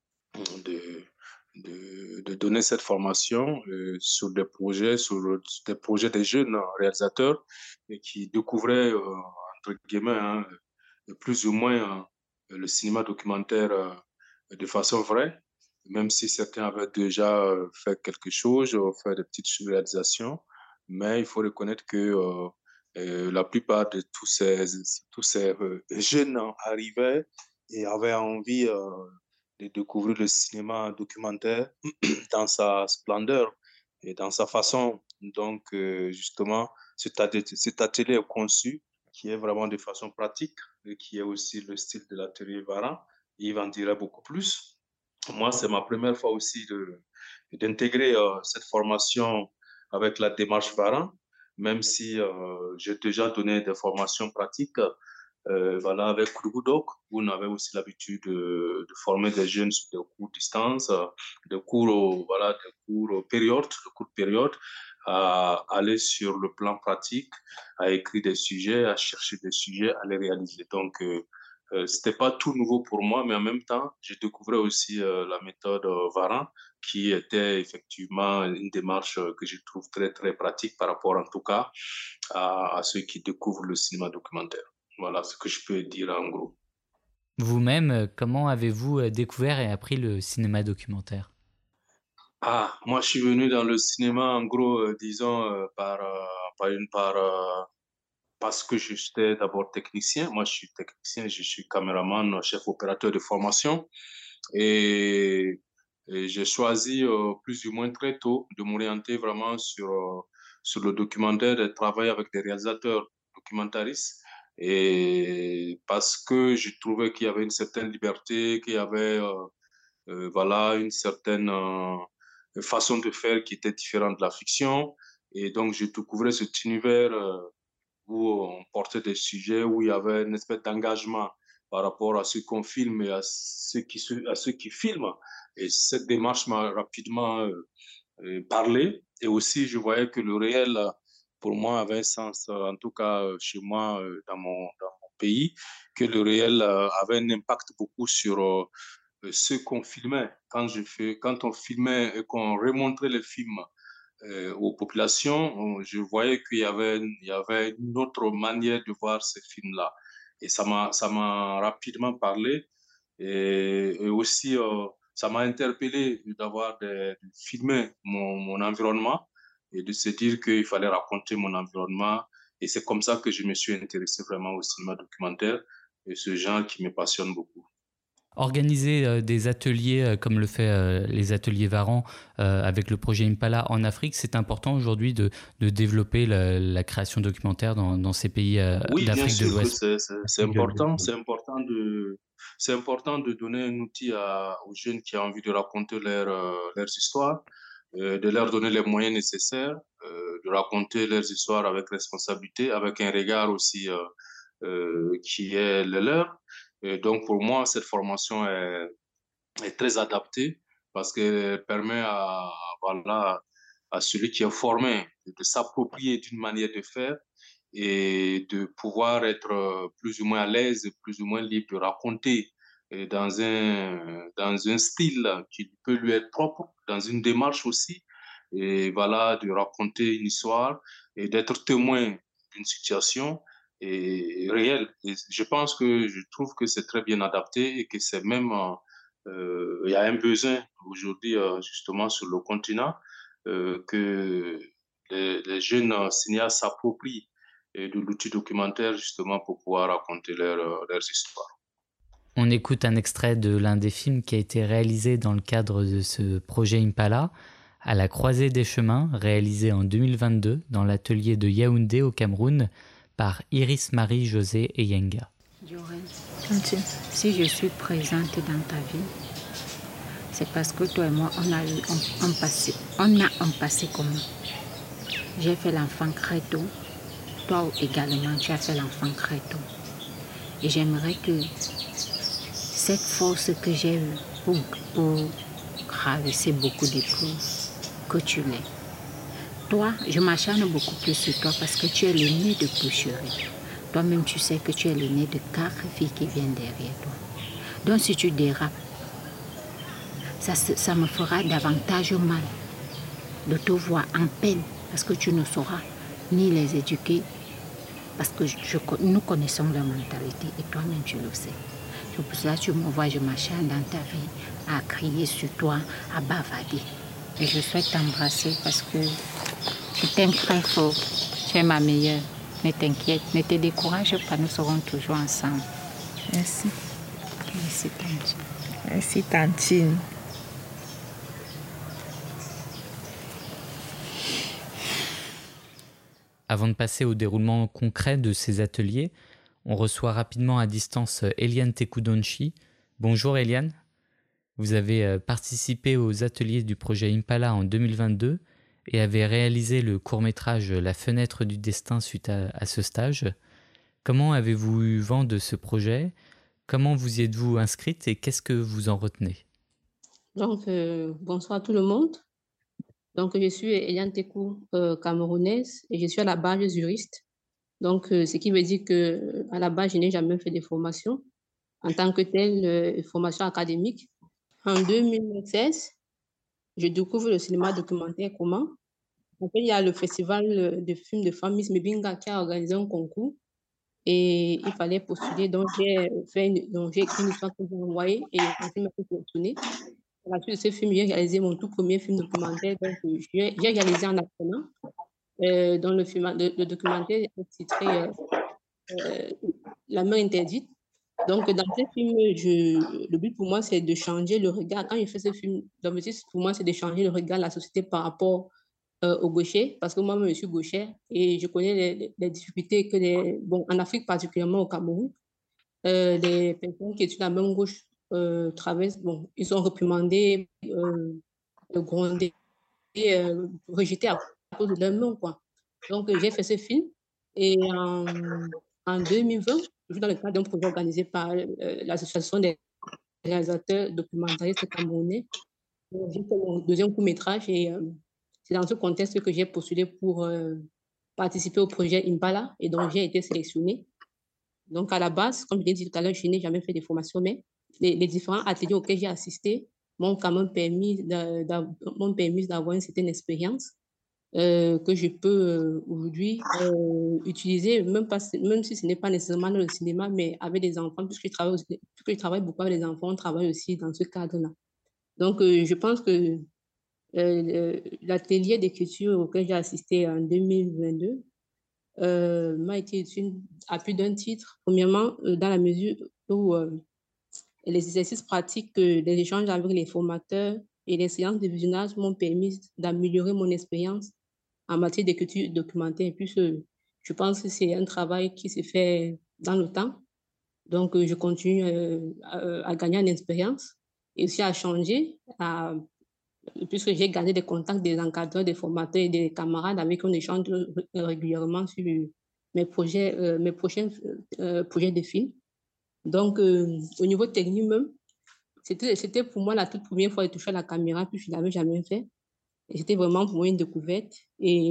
de, de, de donner cette formation euh, sur des projets, sur des projets des jeunes réalisateurs et qui découvraient, euh, entre guillemets, hein, plus ou moins euh, le cinéma documentaire euh, de façon vraie, même si certains avaient déjà euh, fait quelque chose, euh, fait des petites réalisations. Mais il faut reconnaître que euh, euh, la plupart de tous ces, tous ces euh, jeunes arrivaient et avaient envie euh, de découvrir le cinéma documentaire dans sa splendeur et dans sa façon. Donc, euh, justement, cet atelier, cet atelier est conçu qui est vraiment de façon pratique et qui est aussi le style de l'atelier Varan. Il en dirait beaucoup plus. Moi, c'est ma première fois aussi de, d'intégrer euh, cette formation avec la démarche Varan, même si euh, j'ai déjà donné des formations pratiques. Euh, voilà, avec Krugudoc, où on avait aussi l'habitude de, de former des jeunes sur des cours distance, euh, des cours, voilà, des cours période, des cours période, à aller sur le plan pratique, à écrire des sujets, à chercher des sujets, à les réaliser. Donc, euh, euh, c'était pas tout nouveau pour moi, mais en même temps, j'ai découvert aussi euh, la méthode euh, Varan, qui était effectivement une démarche que je trouve très, très pratique par rapport, en tout cas, à, à ceux qui découvrent le cinéma documentaire. Voilà ce que je peux dire en gros. Vous-même, comment avez-vous découvert et appris le cinéma documentaire? Ah, moi, je suis venu dans le cinéma, en gros, euh, disons, euh, par, euh, par une part, euh, parce que j'étais d'abord technicien. Moi, je suis technicien, je suis caméraman, chef opérateur de formation. Et, et j'ai choisi, euh, plus ou moins très tôt, de m'orienter vraiment sur, euh, sur le documentaire et de travailler avec des réalisateurs documentaristes. Et parce que je trouvais qu'il y avait une certaine liberté, qu'il y avait, euh, euh, voilà, une certaine euh, façon de faire qui était différente de la fiction. Et donc, je découvrais cet univers euh, où on portait des sujets, où il y avait une espèce d'engagement par rapport à ceux qu'on filme et à ceux qui, à ceux qui filment. Et cette démarche m'a rapidement euh, euh, parlé. Et aussi, je voyais que le réel, pour moi, avait un sens, en tout cas chez moi, dans mon, dans mon pays, que le réel avait un impact beaucoup sur euh, ce qu'on filmait. Quand, je fais, quand on filmait et qu'on remontrait les films euh, aux populations, on, je voyais qu'il y avait, il y avait une autre manière de voir ces films-là. Et ça m'a, ça m'a rapidement parlé. Et, et aussi, euh, ça m'a interpellé d'avoir de, de filmer mon, mon environnement et de se dire qu'il fallait raconter mon environnement. Et c'est comme ça que je me suis intéressé vraiment au cinéma documentaire et ce genre qui me passionne beaucoup. Organiser euh, des ateliers euh, comme le fait euh, les ateliers Varan euh, avec le projet Impala en Afrique, c'est important aujourd'hui de, de développer la, la création documentaire dans, dans ces pays euh, oui, d'Afrique de l'Ouest. Oui, c'est important, c'est important de, c'est important de donner un outil à, aux jeunes qui ont envie de raconter leur, euh, leurs histoires, euh, de leur donner les moyens nécessaires, euh, de raconter leurs histoires avec responsabilité, avec un regard aussi euh, euh, qui est le leur. Et donc, pour moi, cette formation est, est très adaptée parce qu'elle permet à, voilà, à celui qui est formé de s'approprier d'une manière de faire et de pouvoir être plus ou moins à l'aise, plus ou moins libre de raconter dans un, dans un style qui peut lui être propre, dans une démarche aussi, et voilà, de raconter une histoire et d'être témoin d'une situation et réelle. Et je pense que je trouve que c'est très bien adapté et que c'est même euh, il y a un besoin aujourd'hui, euh, justement, sur le continent, euh, que les, les jeunes cinéastes s'approprient euh, de l'outil documentaire, justement, pour pouvoir raconter leur, euh, leurs histoires. On écoute un extrait de l'un des films qui a été réalisé dans le cadre de ce projet Impala, À la croisée des chemins, réalisé en deux mille vingt-deux dans l'atelier de Yaoundé au Cameroun par Iris Marie José Eyenga. Si je suis présente dans ta vie, c'est parce que toi et moi, on a eu un, un passé. On a un passé commun. J'ai fait l'enfant très tôt. Toi également, tu as fait l'enfant très tôt. Et j'aimerais que cette force que j'ai eue pour, pour traverser beaucoup d'épreuves, que tu l'aies. Toi, je m'acharne beaucoup plus sur toi parce que tu es l'aîné de Poucherie. Toi-même, tu sais que tu es l'aîné de quatre filles qui viennent derrière toi. Donc, si tu dérapes, ça, ça me fera davantage mal de te voir en peine parce que tu ne sauras ni les éduquer parce que je, je, nous connaissons leur mentalité et toi-même, tu le sais. C'est pour ça que tu me vois, je m'acharne dans ta vie à crier sur toi, à bavader. Et je souhaite t'embrasser parce que je t'aime très fort. Tu es ma meilleure. Ne t'inquiète, ne te décourage pas, nous serons toujours ensemble. Merci. Merci, Tantine. Merci, Tantine. Avant de passer au déroulement concret de ces ateliers, on reçoit rapidement à distance Eliane Tekudonchi. Bonjour Eliane. Vous avez participé aux ateliers du projet Impala en deux mille vingt-deux et avez réalisé le court-métrage La fenêtre du destin suite à, à ce stage. Comment avez-vous eu vent de ce projet ? Comment vous y êtes-vous inscrite et qu'est-ce que vous en retenez ? Donc, euh, bonsoir à tout le monde. Donc, je suis Eliane Tekou, euh, camerounaise, et je suis à la base juriste. Donc, euh, ce qui veut dire qu'à la base, je n'ai jamais fait de formation en tant que telle, euh, formation académique. En deux mille seize, je découvre le cinéma documentaire comment. En fait, il y a le festival de films de femmes Miss Mebinga qui a organisé un concours et il fallait postuler. Donc, j'ai fait une, donc j'ai écrit une histoire que j'ai envoyée et le film a été sélectionné. À la suite de ce film, j'ai réalisé mon tout premier film documentaire. Donc, j'ai réalisé en apprenant. Euh, dans le, film, le, le documentaire est titré euh, euh, La main interdite. Donc, dans ce film, je, le but pour moi, c'est de changer le regard. Quand je fais ce film, l'objectif pour moi, c'est de changer le regard de la société par rapport euh, aux gauchers, parce que moi-même, je suis gauchère et je connais les, les difficultés que les, bon, en Afrique, particulièrement au Cameroun, euh, les personnes qui étudient la main gauche euh, traversent, bon, ils sont réprimandés, euh, grondés, euh, rejetés à cause de leur main, quoi. Donc, j'ai fait ce film et en, en deux mille vingt, dans le cadre d'un projet organisé par euh, l'association des réalisateurs documentaristes camerounais, j'ai fait mon deuxième court-métrage et euh, c'est dans ce contexte que j'ai postulé pour euh, participer au projet Impala et donc j'ai été sélectionnée. Donc, à la base, comme je l'ai dit tout à l'heure, je n'ai jamais fait de formation, mais les, les différents ateliers auxquels j'ai assisté m'ont quand même permis d'avoir une certaine expérience euh, que je peux euh, aujourd'hui euh, utiliser, même, pas, même si ce n'est pas nécessairement dans le cinéma, mais avec des enfants, puisque je travaille, aussi, puisque je travaille beaucoup avec les enfants, on travaille aussi dans ce cadre-là. Donc, euh, je pense que euh, l'atelier d'écriture auquel j'ai assisté en deux mille vingt-deux euh, m'a été utile à plus d'un titre. Premièrement, euh, dans la mesure où euh, les exercices pratiques, euh, les échanges avec les formateurs et les séances de visionnage m'ont permis d'améliorer mon expérience en matière d'écriture documentaire. Et puis, euh, je pense que c'est un travail qui se fait dans le temps. Donc, euh, je continue euh, à, à gagner en expérience et aussi à changer, à, puisque j'ai gardé des contacts des encadreurs, des formateurs et des camarades avec qui on échange régulièrement sur mes projets, euh, mes prochains euh, projets de films. Donc, euh, au niveau technique même, c'était, c'était pour moi la toute première fois de toucher à la caméra, puis je ne l'avais jamais fait. Et c'était vraiment pour moi une découverte. Et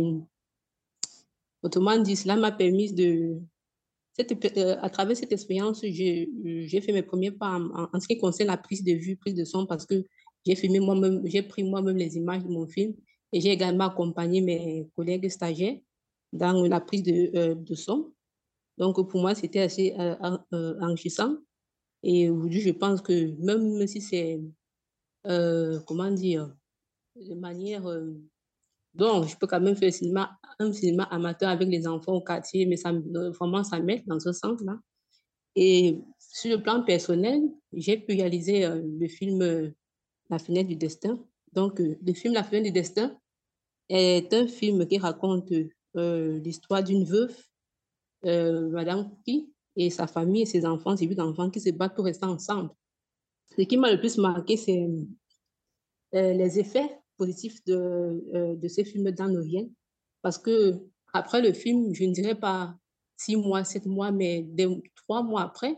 autrement dit, cela m'a permis de... Cette, euh, à travers cette expérience, j'ai, j'ai fait mes premiers pas en, en, en ce qui concerne la prise de vue, prise de son, parce que j'ai filmé moi-même, j'ai pris moi-même les images de mon film et j'ai également accompagné mes collègues stagiaires dans la prise de, euh, de son. Donc, pour moi, c'était assez euh, euh, enrichissant. Et aujourd'hui, je pense que même si c'est, euh, comment dire, de manière... euh, donc, je peux quand même faire un cinéma, un cinéma amateur avec les enfants au quartier, mais ça, me- vraiment, ça m'aide dans ce sens-là. Et sur le plan personnel, j'ai pu réaliser euh, le film euh, La fenêtre du destin. Donc, euh, le film La fenêtre du destin est un film qui raconte euh, l'histoire d'une veuve, euh, Madame Cookie, et sa famille et ses enfants, ses huit enfants qui se battent pour rester ensemble. Ce qui m'a le plus marqué, c'est euh, les effets positifs de, euh, de ces films dans nos vies. Parce que après le film, je ne dirais pas six mois, sept mois, mais des, trois mois après,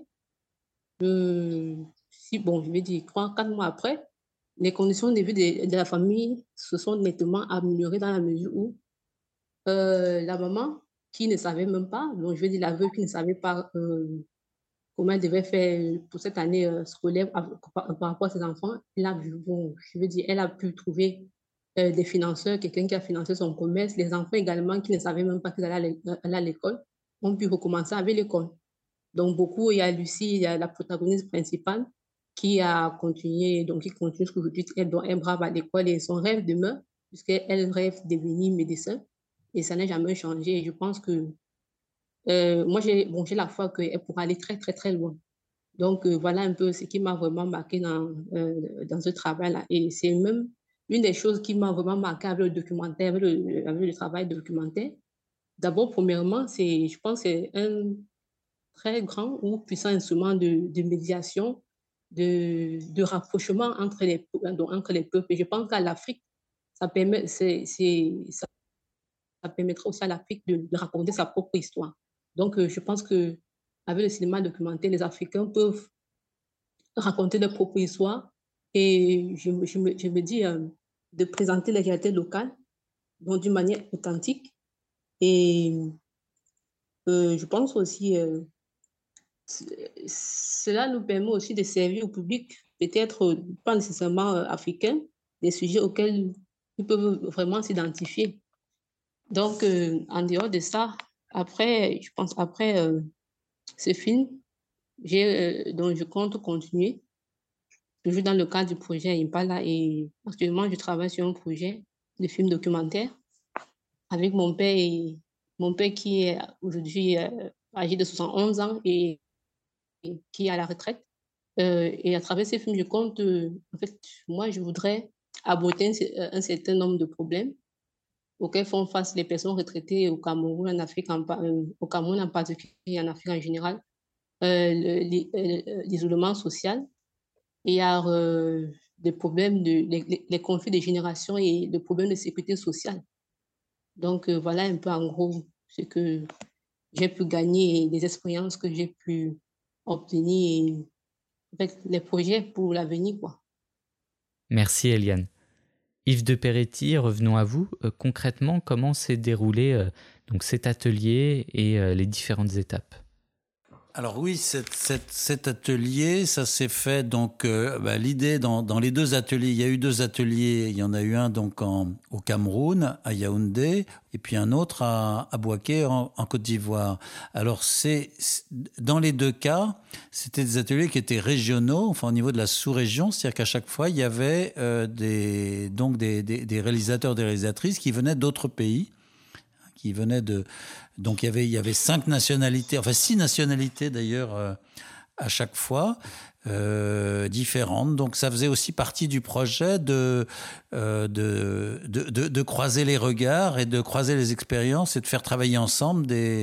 euh, si, bon, je vais dire trois, quatre mois après, les conditions de vie de, de la famille se sont nettement améliorées dans la mesure où euh, la maman, qui ne savait même pas, donc je vais dire la veuve qui ne savait pas euh, comment elle devait faire pour cette année euh, scolaire par, par, par rapport à ses enfants, elle a, bon, je veux dire, elle a pu trouver euh, des financeurs, quelqu'un qui a financé son commerce, les enfants également qui ne savaient même pas qu'ils allaient à l'école, ont pu recommencer avec l'école. Donc, beaucoup, il y a Lucie, il y a la protagoniste principale qui a continué, donc qui continue jusqu'aujourd'hui, elle doit être brave à l'école et son rêve demeure, puisqu'elle rêve de devenir médecin et ça n'a jamais changé. Et je pense que euh, moi, j'ai bon, j'ai la foi qu'elle pourra aller très, très, très loin. Donc, euh, voilà un peu ce qui m'a vraiment marqué dans, euh, dans ce travail-là. Et c'est même une des choses qui m'a vraiment marqué avec le documentaire, avec le, avec le travail documentaire. D'abord, premièrement, c'est, je pense que c'est un très grand ou puissant instrument de, de médiation, de, de rapprochement entre les, entre les peuples. Et je pense qu'à l'Afrique, ça, permet, c'est, c'est, ça, ça permettra aussi à l'Afrique de, de raconter sa propre histoire. Donc, euh, je pense que avec le cinéma documentaire, les Africains peuvent raconter leur propre histoire et je, je, me, je me dis euh, de présenter les réalités locales donc d'une manière authentique. Et euh, je pense aussi euh, cela nous permet aussi de servir au public, peut-être pas nécessairement euh, africain, des sujets auxquels ils peuvent vraiment s'identifier. Donc, euh, en dehors de ça, après, je pense après euh, ce film, j'ai, euh, donc je compte continuer, toujours dans le cadre du projet Impala. Et actuellement, je travaille sur un projet de film documentaire avec mon père, et, mon père qui est aujourd'hui euh, âgé de soixante-onze ans et, et qui est à la retraite. Euh, et à travers ces films, je compte, euh, en fait, moi, je voudrais aborder un, un certain nombre de problèmes auxquels font face les personnes retraitées au Cameroun, en Afrique, en, euh, au Cameroun en particulier et en Afrique en général. Euh, l'isolement social, il y a euh, des problèmes, de, les, les conflits de génération et des problèmes de sécurité sociale. Donc, euh, voilà un peu en gros ce que j'ai pu gagner et les expériences que j'ai pu obtenir et en fait, les projets pour l'avenir, quoi. Merci Eliane. Yves de Peretti, revenons à vous. Euh, concrètement, comment s'est déroulé euh, donc cet atelier et euh, les différentes étapes ? Alors oui, cette, cette, cet atelier, ça s'est fait donc euh, bah, l'idée dans, dans les deux ateliers, il y a eu deux ateliers, il y en a eu un donc en, au Cameroun, à Yaoundé, et puis un autre à, à Bouaké en, en Côte d'Ivoire. Alors c'est dans les deux cas, c'était des ateliers qui étaient régionaux, enfin au niveau de la sous-région, c'est-à-dire qu'à chaque fois il y avait euh, des donc des, des, des réalisateurs, des réalisatrices qui venaient d'autres pays. Qui venaient de donc il y avait il y avait cinq nationalités, enfin six nationalités d'ailleurs euh, à chaque fois euh, différentes. Donc ça faisait aussi partie du projet de, euh, de, de de de croiser les regards et de croiser les expériences et de faire travailler ensemble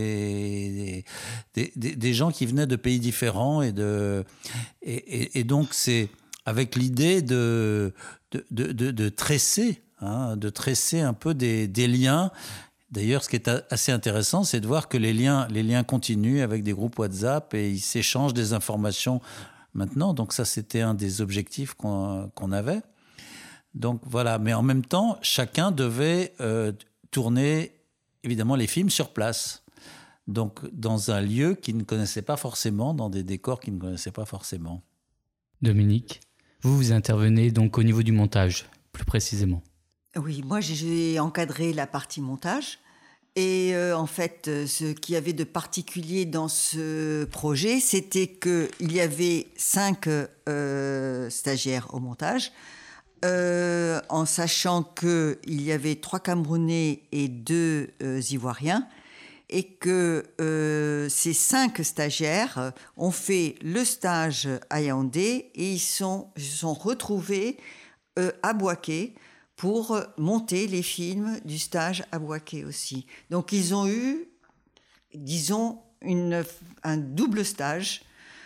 des des des, des gens qui venaient de pays différents et de et, et, et donc c'est avec l'idée de de de de, de tresser hein, de tresser un peu des des liens. D'ailleurs, ce qui est assez intéressant, c'est de voir que les liens, les liens continuent avec des groupes WhatsApp et ils s'échangent des informations maintenant. Donc ça, c'était un des objectifs qu'on, qu'on avait. Donc voilà, mais en même temps, chacun devait euh, tourner évidemment les films sur place. Donc dans un lieu qu'ils ne connaissaient pas forcément, dans des décors qu'ils ne connaissaient pas forcément. Dominique, vous, vous intervenez donc au niveau du montage, plus précisément. Oui, moi j'ai encadré la partie montage Et euh, en fait, ce qu'il y avait de particulier dans ce projet, c'était qu'il y avait cinq euh, stagiaires au montage, euh, en sachant qu'il y avait trois Camerounais et deux euh, Ivoiriens, et que euh, ces cinq stagiaires ont fait le stage à Yaoundé et ils sont, ils se sont retrouvés euh, à Bouaké pour monter les films du stage à Bouaké aussi. Donc ils ont eu, disons, une, un double stage.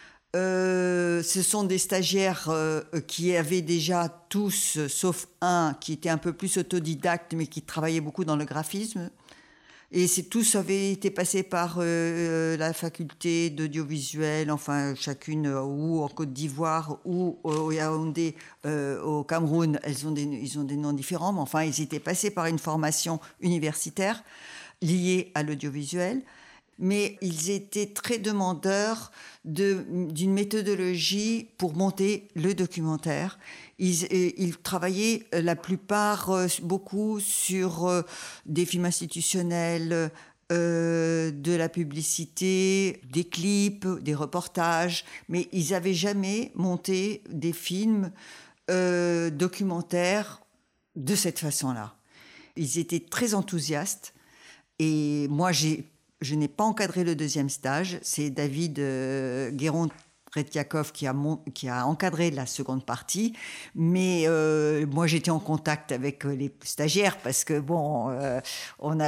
Euh, ce sont des stagiaires euh, qui avaient déjà tous, sauf un qui était un peu plus autodidacte, mais qui travaillait beaucoup dans le graphisme. Et c'est, tous avaient été passés par euh, la faculté d'audiovisuel, enfin chacune, euh, ou en Côte d'Ivoire, ou au Yaoundé, euh, au Cameroun. Elles ont des, ils ont des noms différents, mais enfin ils étaient passés par une formation universitaire liée à l'audiovisuel. Mais ils étaient très demandeurs de, d'une méthodologie pour monter le documentaire. Ils, ils travaillaient la plupart, beaucoup sur des films institutionnels, euh, de la publicité, des clips, des reportages, mais ils n'avaient jamais monté des films euh, documentaires de cette façon-là. Ils étaient très enthousiastes et moi j'ai... Je n'ai pas encadré le deuxième stage. C'est David euh, Guéron-Tretiakov qui a, mon, qui a encadré la seconde partie. Mais euh, moi, j'étais en contact avec les stagiaires parce que, bon, euh, on,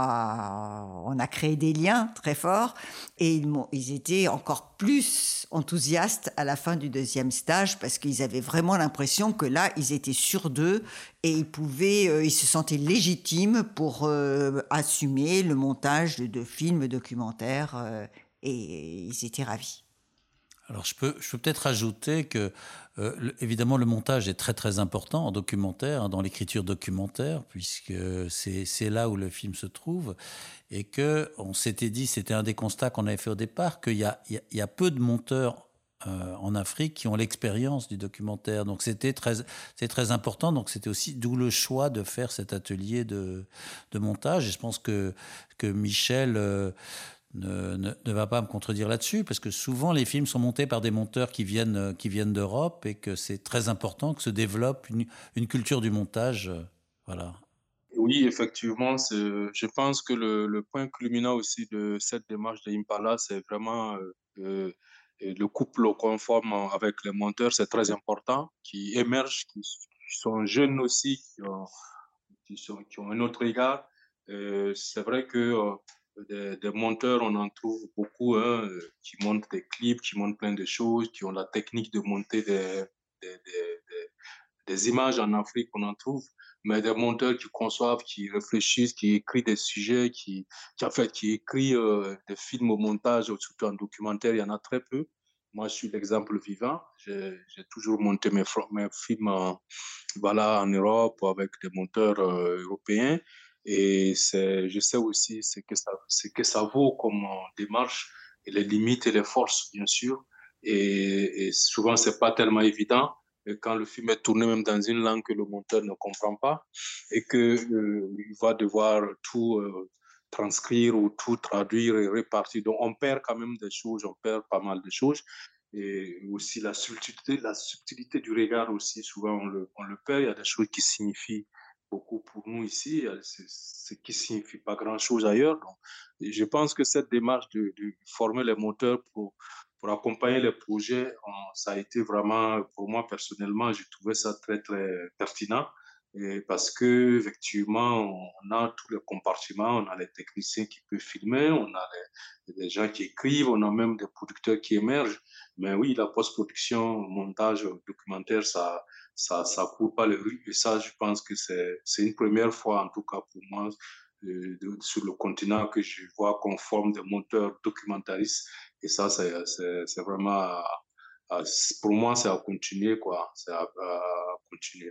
a, on a créé des liens très forts. Et ils, m'ont, ils étaient encore plus enthousiastes à la fin du deuxième stage parce qu'ils avaient vraiment l'impression que là, ils étaient sûrs d'eux. Et ils, pouvaient, euh, ils se sentaient légitimes pour euh, assumer le montage de, de films documentaires euh, et ils étaient ravis. Alors je peux, je peux peut-être ajouter que, euh, le, évidemment, le montage est très très important en documentaire, hein, dans l'écriture documentaire, puisque c'est, c'est là où le film se trouve, et qu'on s'était dit, c'était un des constats qu'on avait fait au départ, qu'il y a, il y a, il y a peu de monteurs Euh, en Afrique qui ont l'expérience du documentaire. Donc c'était très, c'est très important. Donc c'était aussi d'où le choix de faire cet atelier de, de montage. Et je pense que, que Michel euh, ne, ne, ne va pas me contredire là-dessus, parce que souvent les films sont montés par des monteurs qui viennent, qui viennent d'Europe et que c'est très important que se développe une, une culture du montage. Euh, voilà. Oui, effectivement, c'est, je pense que le, le point culminant aussi de cette démarche de Impala, c'est vraiment euh, euh, le couple qu'on forme avec les monteurs, c'est très important, qui émergent, qui, qui sont jeunes aussi, qui ont, qui sont, qui ont un autre regard. Euh, c'est vrai que euh, des, des monteurs, on en trouve beaucoup, hein, qui montent des clips, qui montent plein de choses, qui ont la technique de monter des, des, des, des, des images en Afrique, on en trouve, mais des monteurs qui conçoivent, qui réfléchissent, qui écrivent des sujets, qui, qui en fait, qui écrivent euh, des films au montage, surtout en documentaire, il y en a très peu. Moi, je suis l'exemple vivant. J'ai, j'ai toujours monté mes, mes films en, voilà, en Europe avec des monteurs euh, européens. Et c'est, je sais aussi ce que ça, ce que ça vaut comme démarche, et les limites et les forces, bien sûr. Et, et souvent, c'est pas tellement évident. Et quand le film est tourné même dans une langue que le monteur ne comprend pas et qu'il euh, va devoir tout euh, transcrire ou tout traduire et répartir. Donc, on perd quand même des choses, on perd pas mal de choses. Et aussi la subtilité, la subtilité du regard aussi, souvent on le, on le perd. Il y a des choses qui signifient beaucoup pour nous ici, c'est ce qui ne signifie pas grand-chose ailleurs. Donc, je pense que cette démarche de, de former les monteurs pour, pour accompagner les projets, ça a été vraiment, pour moi personnellement, j'ai trouvé ça très, très pertinent. Et parce que effectivement, on a tous les compartiments, on a les techniciens qui peuvent filmer, on a les, les gens qui écrivent, on a même des producteurs qui émergent. Mais oui, la post-production, montage, documentaire, ça, ça, ça court pas les rues. Et ça, je pense que c'est, c'est une première fois, en tout cas pour moi, de, de, sur le continent, que je vois qu'on forme des monteurs documentaristes. Et ça, c'est, c'est, c'est vraiment, à, à, pour moi, c'est à continuer, quoi. C'est à, à continuer.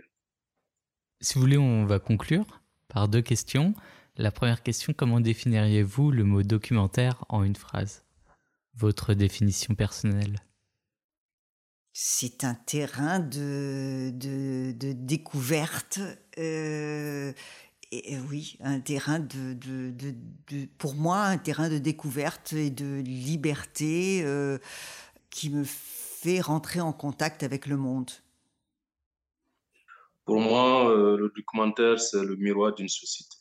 Si vous voulez, on va conclure par deux questions. La première question, comment définiriez-vous le mot documentaire en une phrase ? Votre définition personnelle ? C'est un terrain de, de, de découverte euh, et, et oui, un terrain de, de, de, de, pour moi, un terrain de découverte et de liberté euh, qui me fait rentrer en contact avec le monde. Pour moi, euh, le documentaire, c'est le miroir d'une société.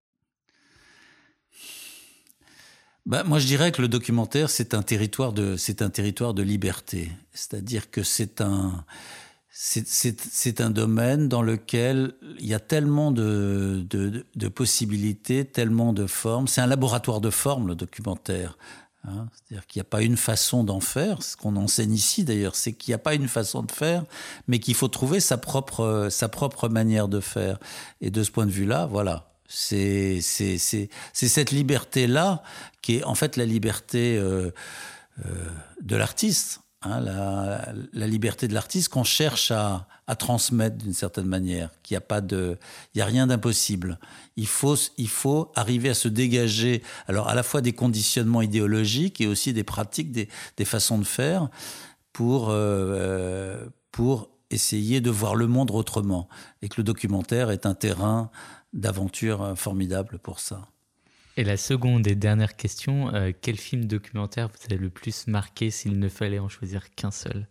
Ben, moi, je dirais que le documentaire, c'est un territoire de, c'est un territoire de liberté. C'est-à-dire que c'est un, c'est, c'est, c'est un domaine dans lequel il y a tellement de, de, de possibilités, tellement de formes. C'est un laboratoire de formes, le documentaire. Hein, c'est-à-dire qu'il n'y a pas une façon d'en faire. Ce qu'on enseigne ici, d'ailleurs, c'est qu'il n'y a pas une façon de faire, mais qu'il faut trouver sa propre, sa propre manière de faire. Et de ce point de vue-là, voilà. C'est, c'est, c'est, c'est cette liberté-là qui est en fait la liberté euh, euh, de l'artiste, hein, la, la liberté de l'artiste qu'on cherche à, à transmettre d'une certaine manière, qu'il n'y a pas de, il y a rien d'impossible. Il faut, il faut arriver à se dégager, alors à la fois des conditionnements idéologiques et aussi des pratiques, des, des façons de faire pour, euh, pour essayer de voir le monde autrement. Et que le documentaire est un terrain d'aventure formidable pour ça. Et la seconde et dernière question, euh, quel film documentaire vous avez le plus marqué s'il ne fallait en choisir qu'un seul?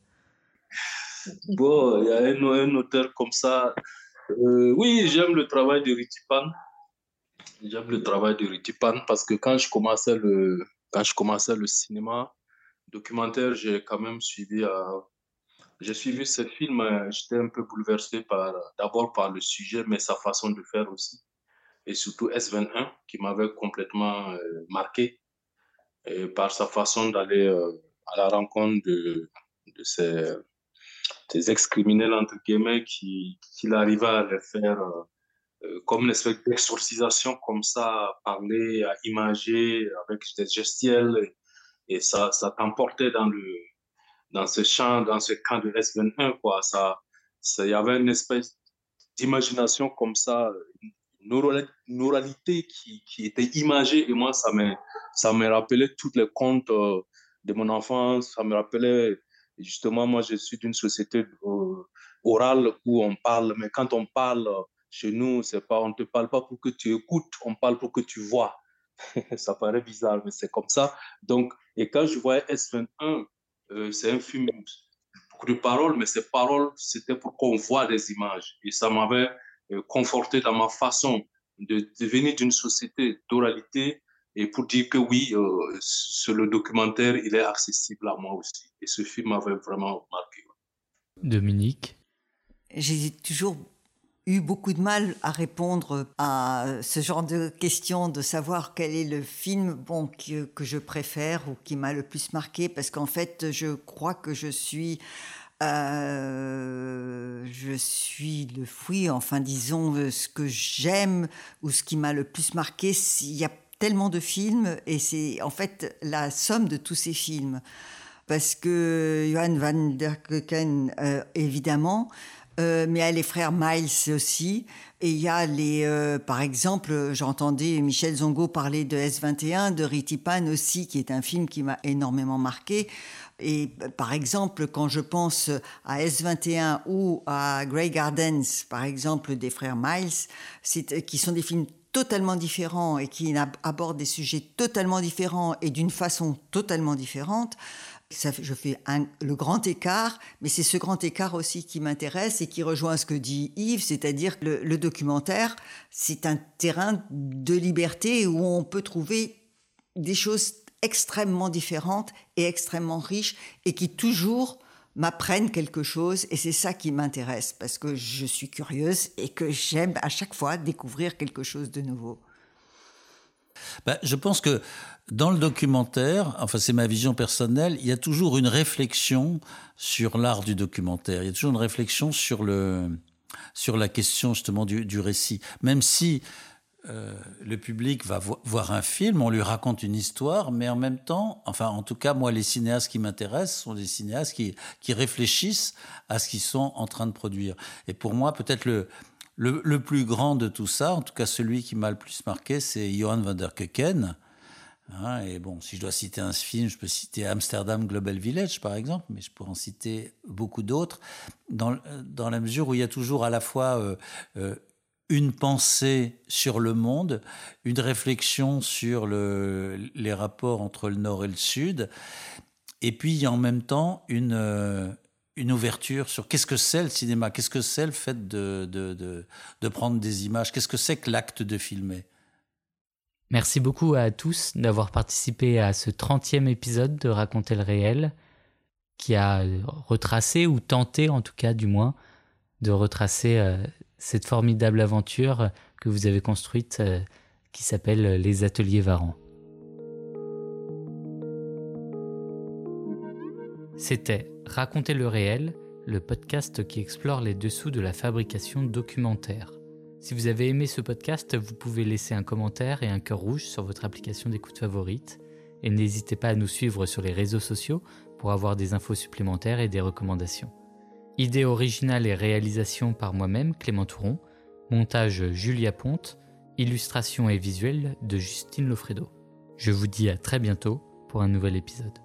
Bon, il y a un, un auteur comme ça. Euh, oui, j'aime le travail de Ritipan. J'aime le travail de Ritipan parce que quand je commençais le, quand je commençais le cinéma documentaire, j'ai quand même suivi, euh, j'ai suivi ce film. Euh, j'étais un peu bouleversé par, d'abord par le sujet, mais sa façon de faire aussi. Et surtout S vingt et un, qui m'avait complètement euh, marqué et par sa façon d'aller euh, à la rencontre de, de ces, ces ex-criminels, entre guillemets, qui, qu'il arrivait à les faire euh, euh, comme une espèce d'exorcisation, comme ça, à parler, à imager, avec des gestuels. Et, et ça, ça t'emportait dans, le, dans ce champ, dans ce camp de S vingt et un, quoi. Ça, ça, il y avait une espèce d'imagination comme ça, une oralité qui, qui était imagée, et moi, ça me, ça me rappelait tous les contes euh, de mon enfance. Ça me rappelait, justement, moi, je suis d'une société euh, orale où on parle, mais quand on parle chez nous, c'est pas, on ne te parle pas pour que tu écoutes, on parle pour que tu vois. Ça paraît bizarre, mais c'est comme ça. Donc, et quand je voyais S vingt et un, euh, c'est un film, beaucoup de paroles, mais ces paroles, c'était pour qu'on voit des images. Et ça m'avait conforté dans ma façon de devenir d'une société d'oralité et pour dire que oui, euh, sur le documentaire, il est accessible à moi aussi. Et ce film m'avait vraiment marqué. Dominique? J'ai toujours eu beaucoup de mal à répondre à ce genre de questions, de savoir quel est le film bon, que, que je préfère ou qui m'a le plus marqué, parce qu'en fait, je crois que je suis... Euh, je suis le fruit, enfin disons, ce que j'aime ou ce qui m'a le plus marqué. Il y a tellement de films et c'est en fait la somme de tous ces films. Parce que Johan van der Keuken, euh, évidemment, euh, mais il y a les frères Miles aussi. Et il y a les, euh, par exemple, j'entendais Michel Zongo parler de S vingt et un, de Ritipan aussi, qui est un film qui m'a énormément marqué. Et par exemple, quand je pense à S vingt et un ou à Grey Gardens, par exemple, des frères Miles, c'est, qui sont des films totalement différents et qui abordent des sujets totalement différents et d'une façon totalement différente, ça, je fais un, le grand écart, mais c'est ce grand écart aussi qui m'intéresse et qui rejoint ce que dit Yves, c'est-à-dire que le, le documentaire, c'est un terrain de liberté où on peut trouver des choses extrêmement différentes et extrêmement riches et qui toujours m'apprennent quelque chose, et c'est ça qui m'intéresse parce que je suis curieuse et que j'aime à chaque fois découvrir quelque chose de nouveau. Ben, je pense que dans le documentaire, enfin c'est ma vision personnelle, il y a toujours une réflexion sur l'art du documentaire, il y a toujours une réflexion sur, le, sur la question justement du, du récit, même si Euh, le public va vo- voir un film, on lui raconte une histoire, mais en même temps, enfin en tout cas moi les cinéastes qui m'intéressent sont des cinéastes qui, qui réfléchissent à ce qu'ils sont en train de produire. Et pour moi peut-être le, le, le plus grand de tout ça, en tout cas celui qui m'a le plus marqué, c'est Johan van der Keuken. Hein, et bon, si je dois citer un film, je peux citer Amsterdam Global Village par exemple, mais je pourrais en citer beaucoup d'autres, dans, dans la mesure où il y a toujours à la fois euh, euh, une pensée sur le monde, une réflexion sur le, les rapports entre le Nord et le Sud, et puis en même temps une, euh, une ouverture sur qu'est-ce que c'est le cinéma, qu'est-ce que c'est le fait de, de, de, de prendre des images, qu'est-ce que c'est que l'acte de filmer. Merci beaucoup à tous d'avoir participé à ce trentième épisode de Raconter le réel, qui a retracé, ou tenté en tout cas du moins, de retracer euh, cette formidable aventure que vous avez construite euh, qui s'appelle les Ateliers Varan. C'était Raconter le réel, le podcast qui explore les dessous de la fabrication documentaire. Si vous avez aimé ce podcast, vous pouvez laisser un commentaire et un cœur rouge sur votre application d'écoute favorite. Et n'hésitez pas à nous suivre sur les réseaux sociaux pour avoir des infos supplémentaires et des recommandations. Idée originale et réalisation par moi-même, Clément Touron. Montage Julia Ponte. Illustration et visuel de Justine Lofredo. Je vous dis à très bientôt pour un nouvel épisode.